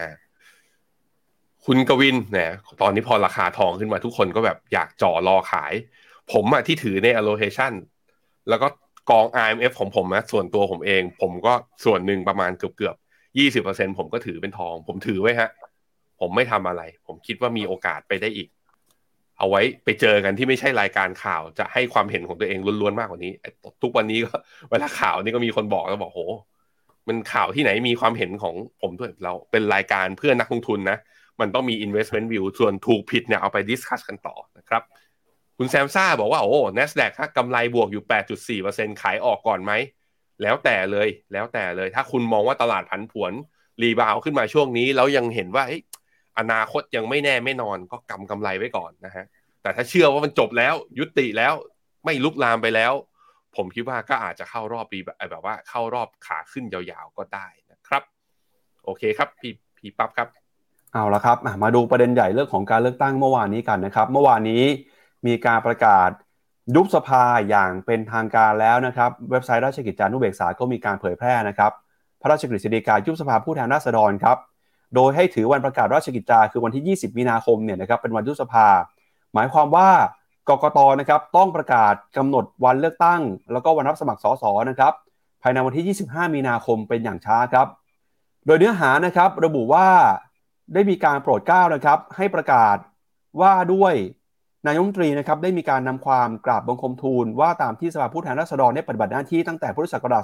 คุณกวินเนี่ยตอนนี้พอราคาทองขึ้นมาทุกคนก็แบบอยากจ่อรอขายผมที่ถือใน allocation แล้วก็กอง IMF ของผมนะส่วนตัวผมเองผมก็ส่วนหนึ่งประมาณเกือบ 20% ผมก็ถือเป็นทองผมถือไว้ฮะผมไม่ทำอะไรผมคิดว่ามีโอกาสไปได้อีกเอาไว้ไปเจอกันที่ไม่ใช่รายการข่าวจะให้ความเห็นของตัวเองล้วนๆมากกว่านี้ทุกวันนี้ก็เวลาข่าวนี่ก็มีคนบอกแล้วบอกโหมันข่าวที่ไหนมีความเห็นของผมด้วยเราเป็นรายการเพื่อนักลงทุนนะมันต้องมี investment view ส่วนถูกผิดเนี่ยเอาไป discuss กันต่อนะครับคุณแซมซ่าบอกว่าโอ้ NASDAQ ถ้ากำไรบวกอยู่ 8.4% ขายออกก่อนไหมแล้วแต่เลยถ้าคุณมองว่าตลาดผันผวนรีบาวขึ้นมาช่วงนี้แล้วยังเห็นว่าอนาคตยังไม่แน่ไม่นอนก็กำไรไว้ก่อนนะฮะแต่ถ้าเชื่อว่ามันจบแล้วยุติแล้วไม่ลุกลามไปแล้วผมคิดว่าก็อาจจะเข้ารอบปีแบบว่าเข้ารอบขาขึ้นยาวๆก็ได้นะครับโอเคครับพี่ปั๊บครับเอาละครับมาดูประเด็นใหญ่เรื่องของการเลือกตั้งเมื่อวานนี้กันนะครับเมื่อวานนี้มีการประกาศยุบสภาอย่างเป็นทางการแล้วนะครับเว็บไซต์ราชกิจจานุเบกษาก็มีการเผยแพร่นะครับพระราชกฤษฎีกายุบสภาผู้แทนราษฎรครับโดยให้ถือวันประกาศราชกิจจาคือวันที่20มีนาคมเนี่ยนะครับเป็นวันยุบสภาหมายความว่ากกตนะครับต้องประกาศกำหนดวันเลือกตั้งแล้วก็วันรับสมัครสสนะครับภายในวันที่25มีนาคมเป็นอย่างช้าครับโดยเนื้อหานะครับระบุว่าได้มีการโปรดเกล้านะครับให้ประกาศว่าด้วยนายกรัฐมนตรีนะครับได้มีการนำความกราบบังคมทูลว่าตามที่สภาผู้แทนราษฎรได้ปฏิบัติหน้าที่ตั้งแต่พุทธศักราช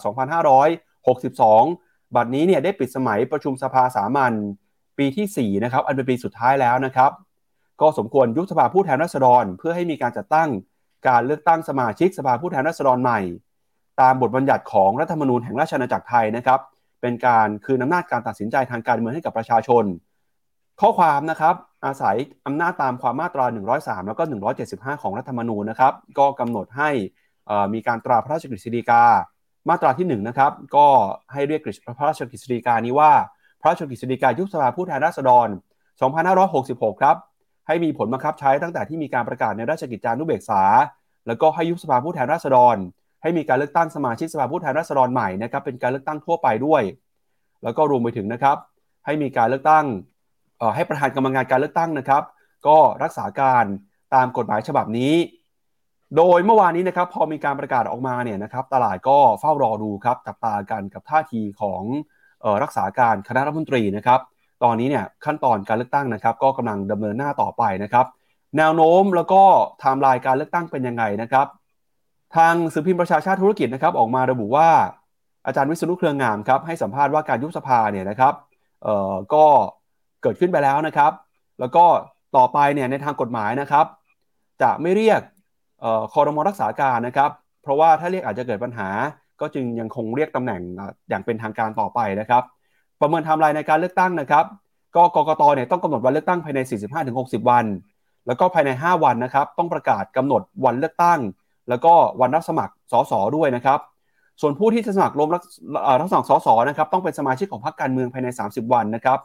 2562บัดนี้เนี่ยได้ปิดสมัยประชุมสภาสามัญปีที่4นะครับอันเป็นปีสุดท้ายแล้วนะครับก็สมควรยุบสภาผู้แทนราษฎรเพื่อให้มีการจัดตั้งการเลือกตั้งสมาชิกสภาผู้แทนราษฎรใหม่ตามบทบัญญัติของรัฐธรรมนูญแห่งราชอาณาจักรไทยนะครับเป็นการคืนอำนาจการตัดสินใจทางการเมืองให้กับประชาชนข้อความนะครับอาศัยอำนาจตามความมาตรา103แล้วก็175ของรัฐธรรมนูญนะครับก็กำหนดให้มีการตราพระราชกฤษฎีกามาตราที่1นะครับก็ให้เรียกพระราชกฤษฎีกานี้ว่าพระราชกฤษฎีกายุบสภาผู้แทนราษฎร2566ครับให้มีผลบังคับใช้ตั้งแต่ที่มีการประกาศในราชกิจจานุเบกษาแล้วก็ให้ยุบสภาผู้แทนราษฎรให้มีการเลือกตั้งสมาชิกสภาผู้แทนราษฎรใหม่นะครับเป็นการเลือกตั้งทั่วไปด้วยแล้วก็รวมไปถึงนะครับให้มีการเลือกตั้งให้ประธานกรรมการการเลือกตั้งนะครับก็รักษาการตามกฎหมายฉบับนี้โดยเมื่อวานนี้นะครับพอมีการประกาศออกมาเนี่ยนะครับตลาดก็เฝ้ารอดูครับจับตากันกับท่าทีของรักษาการคณะรัฐมนตรีนะครับตอนนี้เนี่ยขั้นตอนการเลือกตั้งนะครับก็กำลังดำเนินหน้าต่อไปนะครับแนวโน้มแล้วก็ไทม์ไลน์การเลือกตั้งเป็นยังไงนะครับทางสื่อพิมพ์ประชาชาติธุรกิจนะครับออกมาระบุว่าอาจารย์วิษณุเครืองามครับให้สัมภาษณ์ว่าการยุบสภาเนี่ยนะครับก็เกิดขึ้นไปแล้วนะครับแล้วก็ต่อไปเนี่ยในทางกฎหมายนะครับจะไม่เรียกครม.รักษาการนะครับเพราะว่าถ้าเรียกอาจจะเกิดปัญหาก็จึงยังคงเรียกตำแหน่งอย่างเป็นทางการต่อไปนะครับประเมินไทม์ไลน์ในการเลือกตั้งนะครับก็กกต.เนี่ยต้องกำหนดวันเลือกตั้งภายใน 45-60 วันแล้วก็ภายใน5วันนะครับต้องประกาศกำหนดวันเลือกตั้งแล้วก็วันรับสมัครสสด้วยนะครับส่วนผู้ที่จะสมัครรับสมัครสสนะครับต้องเป็นสมาชิกของพรรคการเมืองภายใน30วันนะครับ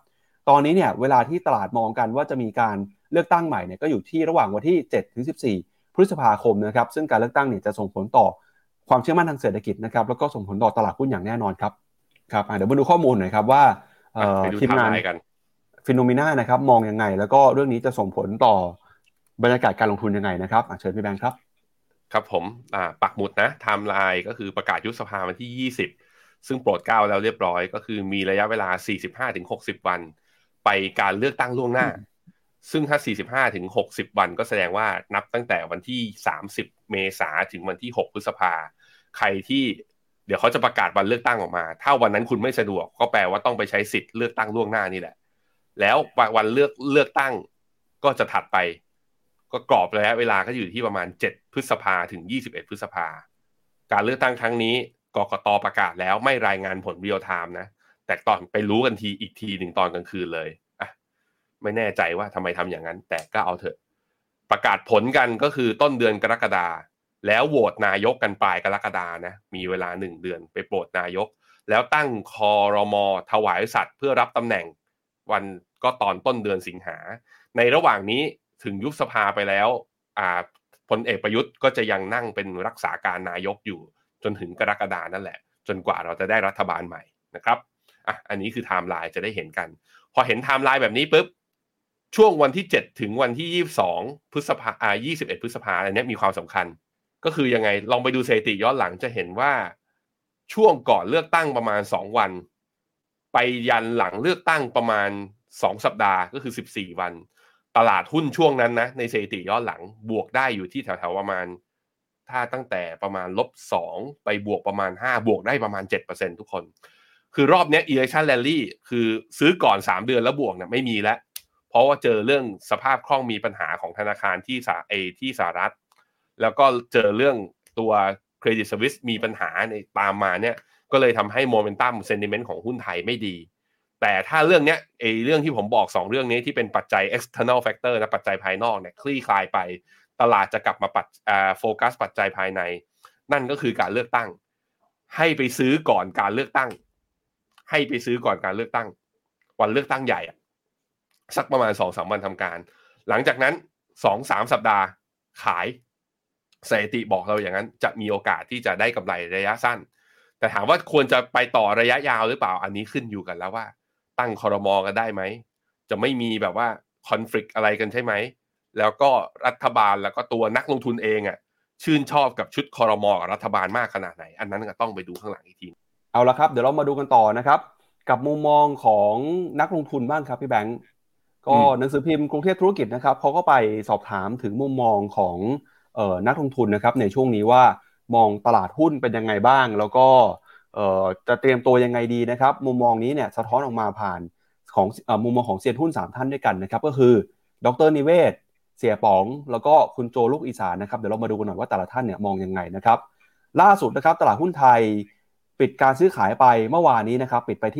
ตอนนี้เนี่ยเวลาที่ตลาดมองกันว่าจะมีการเลือกตั้งใหม่เนี่ยก็อยู่ที่ระหว่างวันที่7ถึง14พฤษภาคมนะครับซึ่งการเลือกตั้งเนี่ยจะส่งผลต่อความเชื่อมั่นทางเศรษฐกิจนะครับแล้วก็ส่งผลต่อตลาดหุ้นอย่างแน่นอนครับครับเดี๋ยวมาดูข้อมูลหน่อยครับว่าไปดูทีมงานไทม์ไลน์กัน Phenomena นะครับมองยังไงแล้วก็เรื่องนี้จะส่งผลต่อบรรยากาศการลงทุนยังไงนะครับเชิญพี่แบงค์ครับครับผมปักหมุดนะไทม์ไลน์ก็คือประกาศยุบสภาวันที่20ซึ่งโปรดเกล้าแล้วเรียบร้อยก็คือมีระยะเวลา 45-60 วันไปการเลือกตั้งล่วงหน้าซึ่งถ้า 45-60 วันก็แสดงว่านับตั้งแต่วันที่30เมษายนถึงวันที่6พฤษภาใครที่เดี๋ยวเขาจะประกาศวันเลือกตั้งออกมาถ้าวันนั้นคุณไม่สะดวกก็แปลว่าต้องไปใช้สิทธิ์เลือกตั้งล่วงหน้านี่แหละแล้ววันเลือกตั้งก็จะถัดไปก็กรอบระยะเวลาก็อยู่ที่ประมาณ7พฤษภาถึง21พฤษภาการเลือกตั้งครั้งนี้กกต.ประกาศแล้วไม่รายงานผลเรียลไทม์นะแต่ตอนไปรู้กันอีกทีหนึ่งตอนกลางคืนเลยไม่แน่ใจว่าทำไมทำอย่างนั้นแต่ก็เอาเถอะประกาศผลกันก็คือต้นเดือนกรกฎาแล้วโหวตนายกกันปลายกรกฎานะมีเวลา1เดือนไปโหวตนายกแล้วตั้งครม.ถวายสัตย์เพื่อรับตำแหน่งวันก็ตอนต้นเดือนสิงหาในระหว่างนี้ถึงยุบสภาไปแล้วพลเอกประยุทธ์ก็จะยังนั่งเป็นรักษาการนายกอยู่จนถึงกรกฎานั่นแหละจนกว่าเราจะได้รัฐบาลใหม่นะครับอันนี้คือไทม์ไลน์จะได้เห็นกันพอเห็นไทม์ไลน์แบบนี้ปุ๊บช่วงวันที่7ถึงวันที่22พฤษภา21พฤษภาอันนี้มีความสำคัญก็คือยังไงลองไปดูสถิติย้อนหลังจะเห็นว่าช่วงก่อนเลือกตั้งประมาณ2วันไปยันหลังเลือกตั้งประมาณ2สัปดาห์ก็คือ14วันตลาดหุ้นช่วงนั้นนะในสถิติย้อนหลังบวกได้อยู่ที่แถวๆประมาณถ้าตั้งแต่ประมาณ-2ไปบวกประมาณ5บวกได้ประมาณ 7% ทุกคนคือรอบนี้ election rally คือซื้อก่อน3เดือนแล้วบวกเนี่ยไม่มีแล้วเพราะว่าเจอเรื่องสภาพคล่องมีปัญหาของธนาคารที่สหรัฐแล้วก็เจอเรื่องตัว Credit Suisse มีปัญหาในตามมาเนี่ยก็เลยทำให้โมเมนตัมเซนติเมนต์ของหุ้นไทยไม่ดีแต่ถ้าเรื่องเนี้ยเรื่องที่ผมบอก2เรื่องนี้ที่เป็นปัจจัย external factor นะปัจจัยภายนอกเนี่ยคลี่คลายไปตลาดจะกลับมาโฟกัสปัจจัยภายในนั่นก็คือการเลือกตั้งให้ไปซื้อก่อนการเลือกตั้งให้ไปซื้อก่อนการเลือกตั้งวันเลือกตั้งใหญ่สักประมาณ 2-3 วันทำการหลังจากนั้น 2-3 สัปดาห์ขายสถิติบอกเราอย่างนั้นจะมีโอกาสที่จะได้กำไรระยะสั้นแต่ถามว่าควรจะไปต่อระยะยาวหรือเปล่าอันนี้ขึ้นอยู่กันแล้วว่าตั้งครม.กันได้ไหมจะไม่มีแบบว่าคอนฟลิกต์อะไรกันใช่ไหมแล้วก็รัฐบาลแล้วก็ตัวนักลงทุนเองชื่นชอบกับชุดครม.กับรัฐบาลมากขนาดไหนอันนั้นก็ต้องไปดูข้างหลังอีกทีเอาละครับเดี๋ยวเรามาดูกันต่อนะครับกับมุมมองของนักลงทุนบ้างครับพี่แบงค์ก็หนังสือพิมพ์กรุงเทพธุรกิจนะครับเขาก็ไปสอบถามถึงมุมมองของนักลงทุนนะครับในช่วงนี้ว่ามองตลาดหุ้นเป็นยังไงบ้างแล้วก็จะเตรียมตัวยังไงดีนะครับมุมมองนี้เนี่ยสะท้อนออกมาผ่านของมุมมองของเซียนหุ้น3ท่านด้วยกันนะครับก็คือดร.นิเวศเสี่ยป๋องแล้วก็คุณโจลูกอีสานนะครับเดี๋ยวเรามาดูกันหน่อยว่าแต่ละท่านเนี่ยมองยังไงนะครับล่าสุดนะครับตลาดหุ้นไทยปิดการซื้อขายไปเมื่อวานนี้นะครับปิดไปที่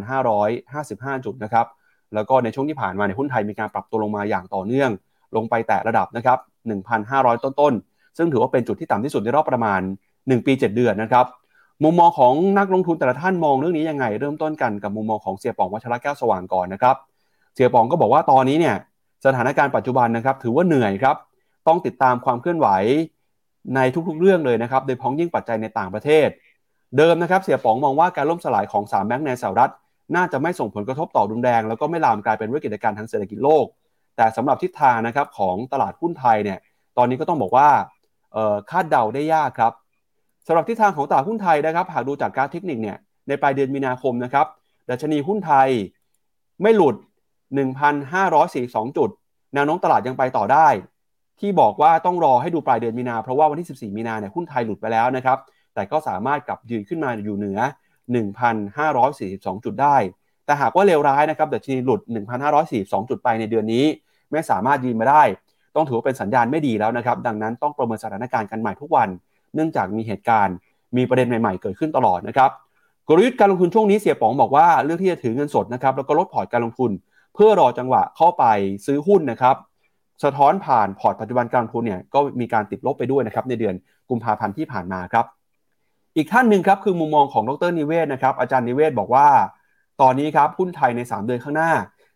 1,555 จุดนะครับแล้วก็ในช่วงที่ผ่านมาในหุ้นไทยมีการปรับตัวลงมาอย่างต่อเนื่องลงไปแตะระดับนะครับ 1,500 ต้นๆซึ่งถือว่าเป็นจุดที่ต่ำที่สุดในรอบประมาณ1ปี7เดือนนะครับมุมมองของนักลงทุนแต่ละท่านมองเรื่องนี้ยังไงเริ่มต้นกันกับมุมมองของเสี่ยป๋องวัชระแก้วสว่างก่อนนะครับเสี่ยป๋องก็บอกว่าตอนนี้เนี่ยสถานการณ์ปัจจุบันนะครับถือว่าเหนื่อยครับต้องติดตามความเคลื่อนไหวในทุกๆเรื่องเลยนะครับโดยเฉพาะยิ่งปัจจัยในต่างประเทศเดิมนะครับเสี่ยป๋องมองว่าการล่มสลายของ3แบงก์ในสหรัฐน่าจะไม่ส่งผลกระทบต่อรุนแรงแล้วก็ไม่ลามกลายเป็นวิกฤตการณ์ทางเศรษฐกิจโลกแต่สำหรับทิศทางนะครับของตลาดหุ้นไทยเนี่ยตอนนี้ก็ต้องบอกว่าคาดเดาได้ยากครับสำหรับทิศทางของตลาดหุ้นไทยนะครับหากดูจากกราฟเทคนิคเนี่ยในปลายเดือนมีนาคมนะครับดัชนีหุ้นไทยไม่หลุด 1,542 จุดแนวโน้มตลาดยังไปต่อได้ที่บอกว่าต้องรอให้ดูปลายเดือนมีนาเพราะว่าวันที่14มีนาเนี่ยหุ้นไทยหลุดไปแล้วนะครับแต่ก็สามารถกลับยืนขึ้นมาอยู่เหนือ 1,542 จุดได้แต่หากว่าเลวร้ายนะครับดัชนีหลุด 1,542 จุดไปในเดือนนี้ไม่สามารถยืนมาได้ต้องถือว่าเป็นสัญญาณไม่ดีแล้วนะครับดังนั้นต้องประเมินสถานการณ์กันใหม่ทุกวันเนื่องจากมีเหตุการณ์มีประเด็นใหม่ๆเกิดขึ้นตลอดนะครับกลยุทธ์การลงทุนช่วงนี้เสี่ยป๋องบอกว่าเลือกที่จะถือเงินสดนะครับแล้วก็ลดพอร์ตการลงทุนเพื่อรอจังหวะเข้าไปซื้อหุ้นนะครับสะท้อนผ่านพอร์ตปัจจุบันการลงทุนเนี่ยก็มีการติดลบไปด้วยนะครับในเดือนกุมภาพันธ์ที่ผ่านมาครับอีกท่านนึงครับคือมุมมองของดร.นิเวศนะครับอาจารย์นิเวศบอกว่าตอนนี้ครับหุ้นไทยใน3เดือนข้างหน้า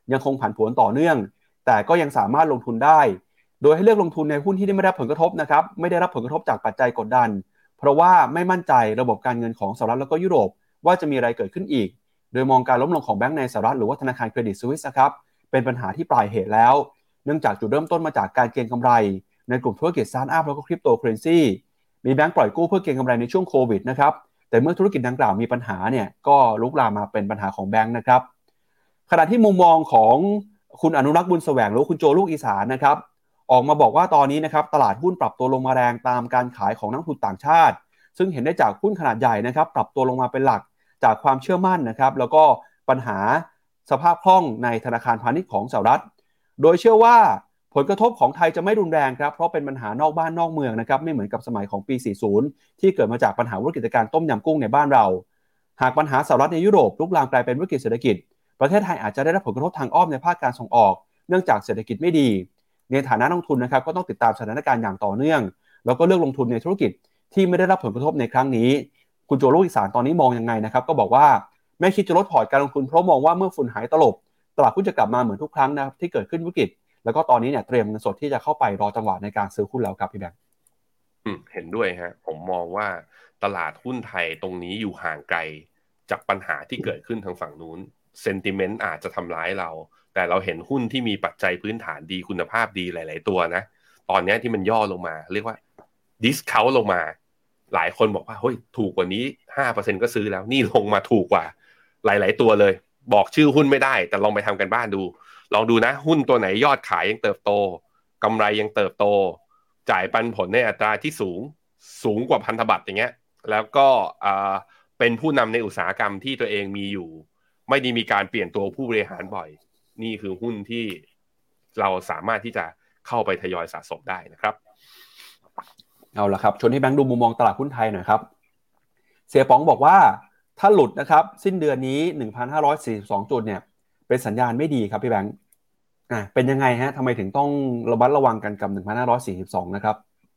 ยังคงผันผวนต่อเนื่องแต่ก็ยังสามารถลงทุนได้โดยให้เลือกลงทุนในหุ้นที่ไม่ได้รับผลกระทบนะครับไม่ได้รับผลกระทบจากปัจจัยกดดันเพราะว่าไม่มั่นใจระบบการเงินของสหรัฐแล้วก็ยุโรปว่าจะมีอะไรเกิดขึ้นอีกโดยมองการล้มลงของแบงก์ในสหรัฐหรือว่าธนาคารเครดิตสวิสนะครับเป็นปัญหาที่ปลายเหตุแล้วเนื่องจากจุดเริ่มต้นมาจากการเก็งกำไรในกลุ่มธุรกิจสตาร์ทอัพแล้วก็คริปโตเคอเรนซีมีแบงก์ปล่อยกู้เพื่อเก็งกำไรในช่วงโควิดนะครับแต่เมื่อธุรกิจดังกล่าวมีปัญหาเนี่ยก็ลุกลามมาเป็นปัญหาของแบงก์นะครับขณะที่มุมมองของคุณอนุรักษ์บุญแสวงหรือคุณโจลูกอีสานนะครับออกมาบอกว่าตอนนี้นะครับตลาดหุ้นปรับตัวลงมาแรงตามการขายของนักลงทุนต่างชาติซึ่งเห็นได้จากหุ้นขนาดใหญ่นะครับปรับตัวลงมาเป็นหลักจากความเชื่อมั่นนะครับแล้วก็ปัญหาสภาพคล่องในธนาคารพาณิชย์ของสหรัฐโดยเชื่อว่าผลกระทบของไทยจะไม่รุนแรงครับเพราะเป็นปัญหานอกบ้านนอกเมืองนะครับไม่เหมือนกับสมัยของปี 40 ที่เกิดมาจากปัญหาวิกฤตการต้มยำกุ้งในบ้านเราหากปัญหาสหรัฐในยุโรปลุกลามกลายเป็นวิกฤตเศรษฐกิจประเทศไทยอาจจะได้รับผลกระทบทางอ้อมในภาคการส่งออกเนื่องจากเศรษฐกิจไม่ดีในฐานะนักลงทุนนะครับก็ต้องติดตามสถานการณ์อย่างต่อเนื่องแล้วก็เลือกลงทุนในธุรกิจที่ไม่ได้รับผลกระทบในครั้งนี้คุณโจลูกอีสานตอนนี้มองยังไงนะครับก็บอกว่าไม่คิดจะลดพอร์ตการลงทุนเพราะมองว่าเมื่อฝุ่นหายตลบตลาดหุ้นจะกลับมาเหมือนทุกครั้งนะครับที่เกิดขึ้นวิกฤตแล้วก็ตอนนี้เนี่ยเตรียมเงินสดที่จะเข้าไปรอจังหวะในการซื้อหุ้นแล้วครับพี่แบงค์เห็นด้วยฮะผมมองว่าตลาดหุ้นไทยตรงนี้อยู่ห่างไกลจากปัญหาที่เกิดขึ้นทางฝั่งนู้นเซนติเมนต์อาจจะทำร้ายเราแต่เราเห็นหุ้นที่มีปัจจัยพื้นฐานดีคุณภาพดีหลายๆตัวนะตอนนี้ที่มันย่อลงมาเรียกว่าดิสเคาท์ลงมาหลายคนบอกว่าเฮ้ยถูกกว่านี้ 5% ก็ซื้อแล้วนี่ลงมาถูกกว่าหลายๆตัวเลยบอกชื่อหุ้นไม่ได้แต่ลองไปทำกันบ้านดูลองดูนะหุ้นตัวไหนยอดขายยังเติบโตกำไรยังเติบโตจ่ายปันผลในอัตราที่สูงกว่าพันธบัตรอย่างเงี้ยแล้วก็เป็นผู้นำในอุตสาหกรรมที่ตัวเองมีอยู่ไม่ได้มีการเปลี่ยนตัวผู้บริหารบ่อยนี่คือหุ้นที่เราสามารถที่จะเข้าไปทยอยสะสมได้นะครับเอาล่ะครับชวนให้แบงค์ดูมุมมองตลาดหุ้นไทยหน่อยครับเสียป๋องบอกว่าถ้าหลุดนะครับสิ้นเดือนนี้ 1,542 จุดเนี่ยเป็นสัญญาณไม่ดีครับพี่แบงค์เป็นยังไงฮะทำไมถึงต้องระมัดระวังกันกับ 1,542 นะครับ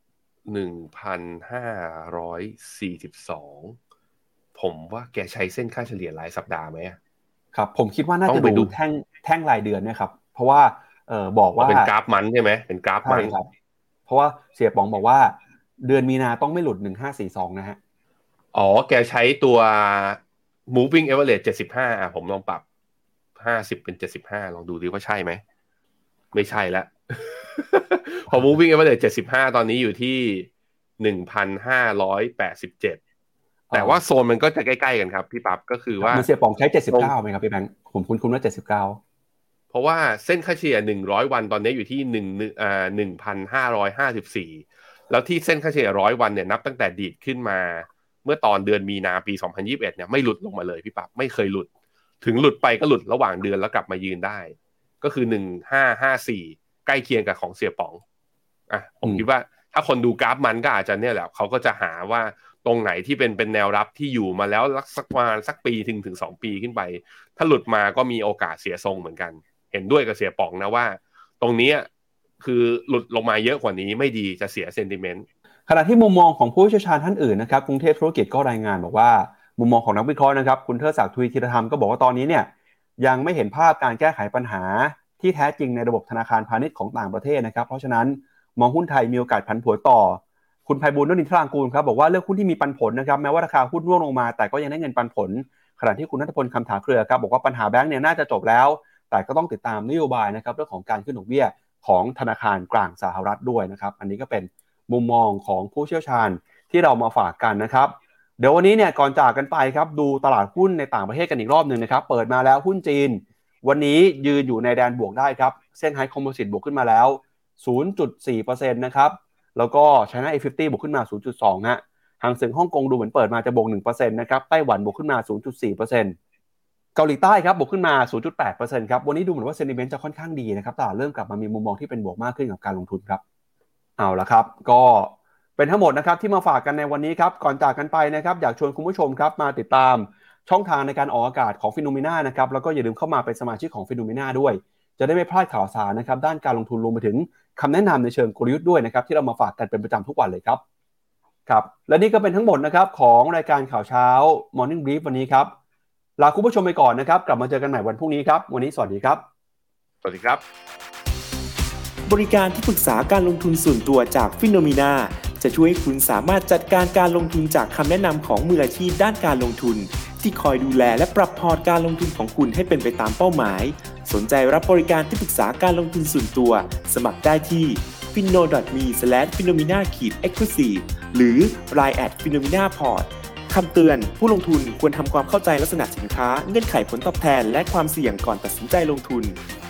1,542 ผมว่าแกใช้เส้นค่าเฉลี่ยรายสัปดาห์ไหมครับผมคิดว่าน่าจะดูแท่งรายเดือนนะครับเพราะว่าบอกว่าเป็นกราฟมันใช่ไหมเป็นกราฟมันครับเพราะว่าเสียป๋องบอกว่าเดือนมีนาต้องไม่หลุด 1,542 นะฮะแกใช้ตัว moving average 75ผมลองปรับ50เป็น75ลองดูดิว่าใช่ไหมไม่ใช่แล้วพอ moving average 75ตอนนี้อยู่ที่ 1,587 แต่ว่าโซนมันก็จะใกล้ๆกันครับพี่ปั๊บก็คือว่ามันเสียป๋องใช้79มั้ยครับพี่แบงค์ผมคุ้นๆว่า79 เพราะว่าเส้นค่าเฉลี่ย100วันตอนนี้อยู่ที่1,554 แล้วที่เส้นค่าเฉลี่ย100วันเนี่ยนับตั้งแต่ดีดขึ้นมาเมื่อตอนเดือนมีนาปี 2021 เนี่ยไม่หลุดลงมาเลยพี่ปั๊บไม่เคยหลุดถึงหลุดไปก็หลุดระหว่างเดือนแล้วกลับมายืนได้ก็คือ1,554ใกล้เคียงกับของเสียป๋องผมคิดว่าถ้าคนดูกราฟมันก็อาจจะเนี่ยแหละเขาก็จะหาว่าตรงไหนที่เป็นแนวรับที่อยู่มาแล้วสักประมาณสักปีถึง2 ปีขึ้นไปถ้าหลุดมาก็มีโอกาสเสียทรงเหมือนกันเห็นด้วยกับเสียป๋องนะว่าตรงนี้คือหลุดลงมาเยอะกว่านี้ไม่ดีจะเสียเซนติเมนต์ขณะที่มุมมองของผู้เชี่ยวชาญท่านอื่นนะครับกรุงเทพธุรกิจก็รายงานบอกว่ามุมมองของนักวิเคราะห์นะครับคุณเทิดศักดิ์ทวีธีรธรรมก็บอกว่าตอนนี้เนี่ยยังไม่เห็นภาพการแก้ไขปัญหาที่แท้จริงในระบบธนาคารพาณิชย์ของต่างประเทศนะครับเพราะฉะนั้นมองหุ้นไทยมีโอกาสผันผวนต่อคุณไพบูลย์ นินทรางกูลครับบอกว่าเลือกหุ้นที่มีปันผลนะครับแม้ว่าราคาหุ้นร่วงลงมาแต่ก็ยังได้เงินปันผลขณะที่คุณณัฐพลคำถาเครือครับบอกว่าปัญหาแบงก์เนี่ยน่าจะจบแล้วแต่ก็ต้องติดตามนโยบายนะครับเรื่องของการขึ้นดอกเบี้ยของธนาคารกลางสหรัฐด้วยนะครับอันนี้ก็เป็นมุมมองของผู้เชี่ยวชาญที่เรามาฝากกันนะครับเดี๋ยววันนี้เนี่ยก่อนจากกันไปครับดูตลาดหุ้นในต่างประเทศกันอีกรอบนึงนะครับเปิดมาแล้วหุ้นจีนวันนี้ยืนอยู่ในแดนบวกได้ครับเซี่ยงไฮ้คอมโพสิตบวกขึ้นมาแล้ว 0.4% นะครับแล้วก็ China A50 บวกขึ้นมา 0.2 ฮะหางเส็งฮ่องกงดูเหมือนเปิดมาจะบวก 1% นะครับไต้หวันบวกขึ้นมา 0.4% เกาหลีใต้ครับบวกขึ้นมา 0.8% ครับวันนี้ดูเหมือนว่าเซนติเมนต์จะค่อนข้างดีนะครับตลาดเริ่มกลับมามีมุมมองที่เป็นบวกมากขึ้นกับการลงทุนครับเอาละครับก็เป็นทั้งหมดนะครับที่มาฝากกันในวันนี้ครับก่อนจากกันไปนะครับอยากชวนคุณผู้ชมครับมาติดตามช่องทางในการออกอากาศของ Phenomena นะครับแล้วก็อย่าลืมเข้ามาเป็นสมาชิกของ Phenomena ด้วยจะได้ไม่พลาดข่าวสารนะครับด้านการลงทุนรวมไปถึงคำแนะนำในเชิงกลยุทธ์ด้วยนะครับที่เรามาฝากกันเป็นประจำทุกวันเลยครับครับและนี่ก็เป็นทั้งหมดนะครับของรายการข่าวเช้า Morning Brief วันนี้ครับลาคุณผู้ชมไปก่อนนะครับกลับมาเจอกันใหม่วันพรุ่งนี้ครับวันนี้สวัสดีครับสวัสดีครับบริการที่ปรึกษาการลงทุนส่วนตัวจาก Phenomena จะช่วยให้คุณสามารถจัดการการลงทุนจากคำแนะนำของมืออาชีพด้านการลงทุนที่คอยดูแลและปรับพอร์ตการลงทุนของคุณให้เป็นไปตามเป้าหมายสนใจรับบริการที่ปรึกษาการลงทุนส่วนตัวสมัครได้ที่ finno.me/phenomena-exclusive หรือ line@phenomena-port คำเตือนผู้ลงทุนควรทำความเข้าใจลักษณะสินค้าเงื่อนไขผลตอบแทนและความเสี่ยงก่อนตัดสินใจลงทุน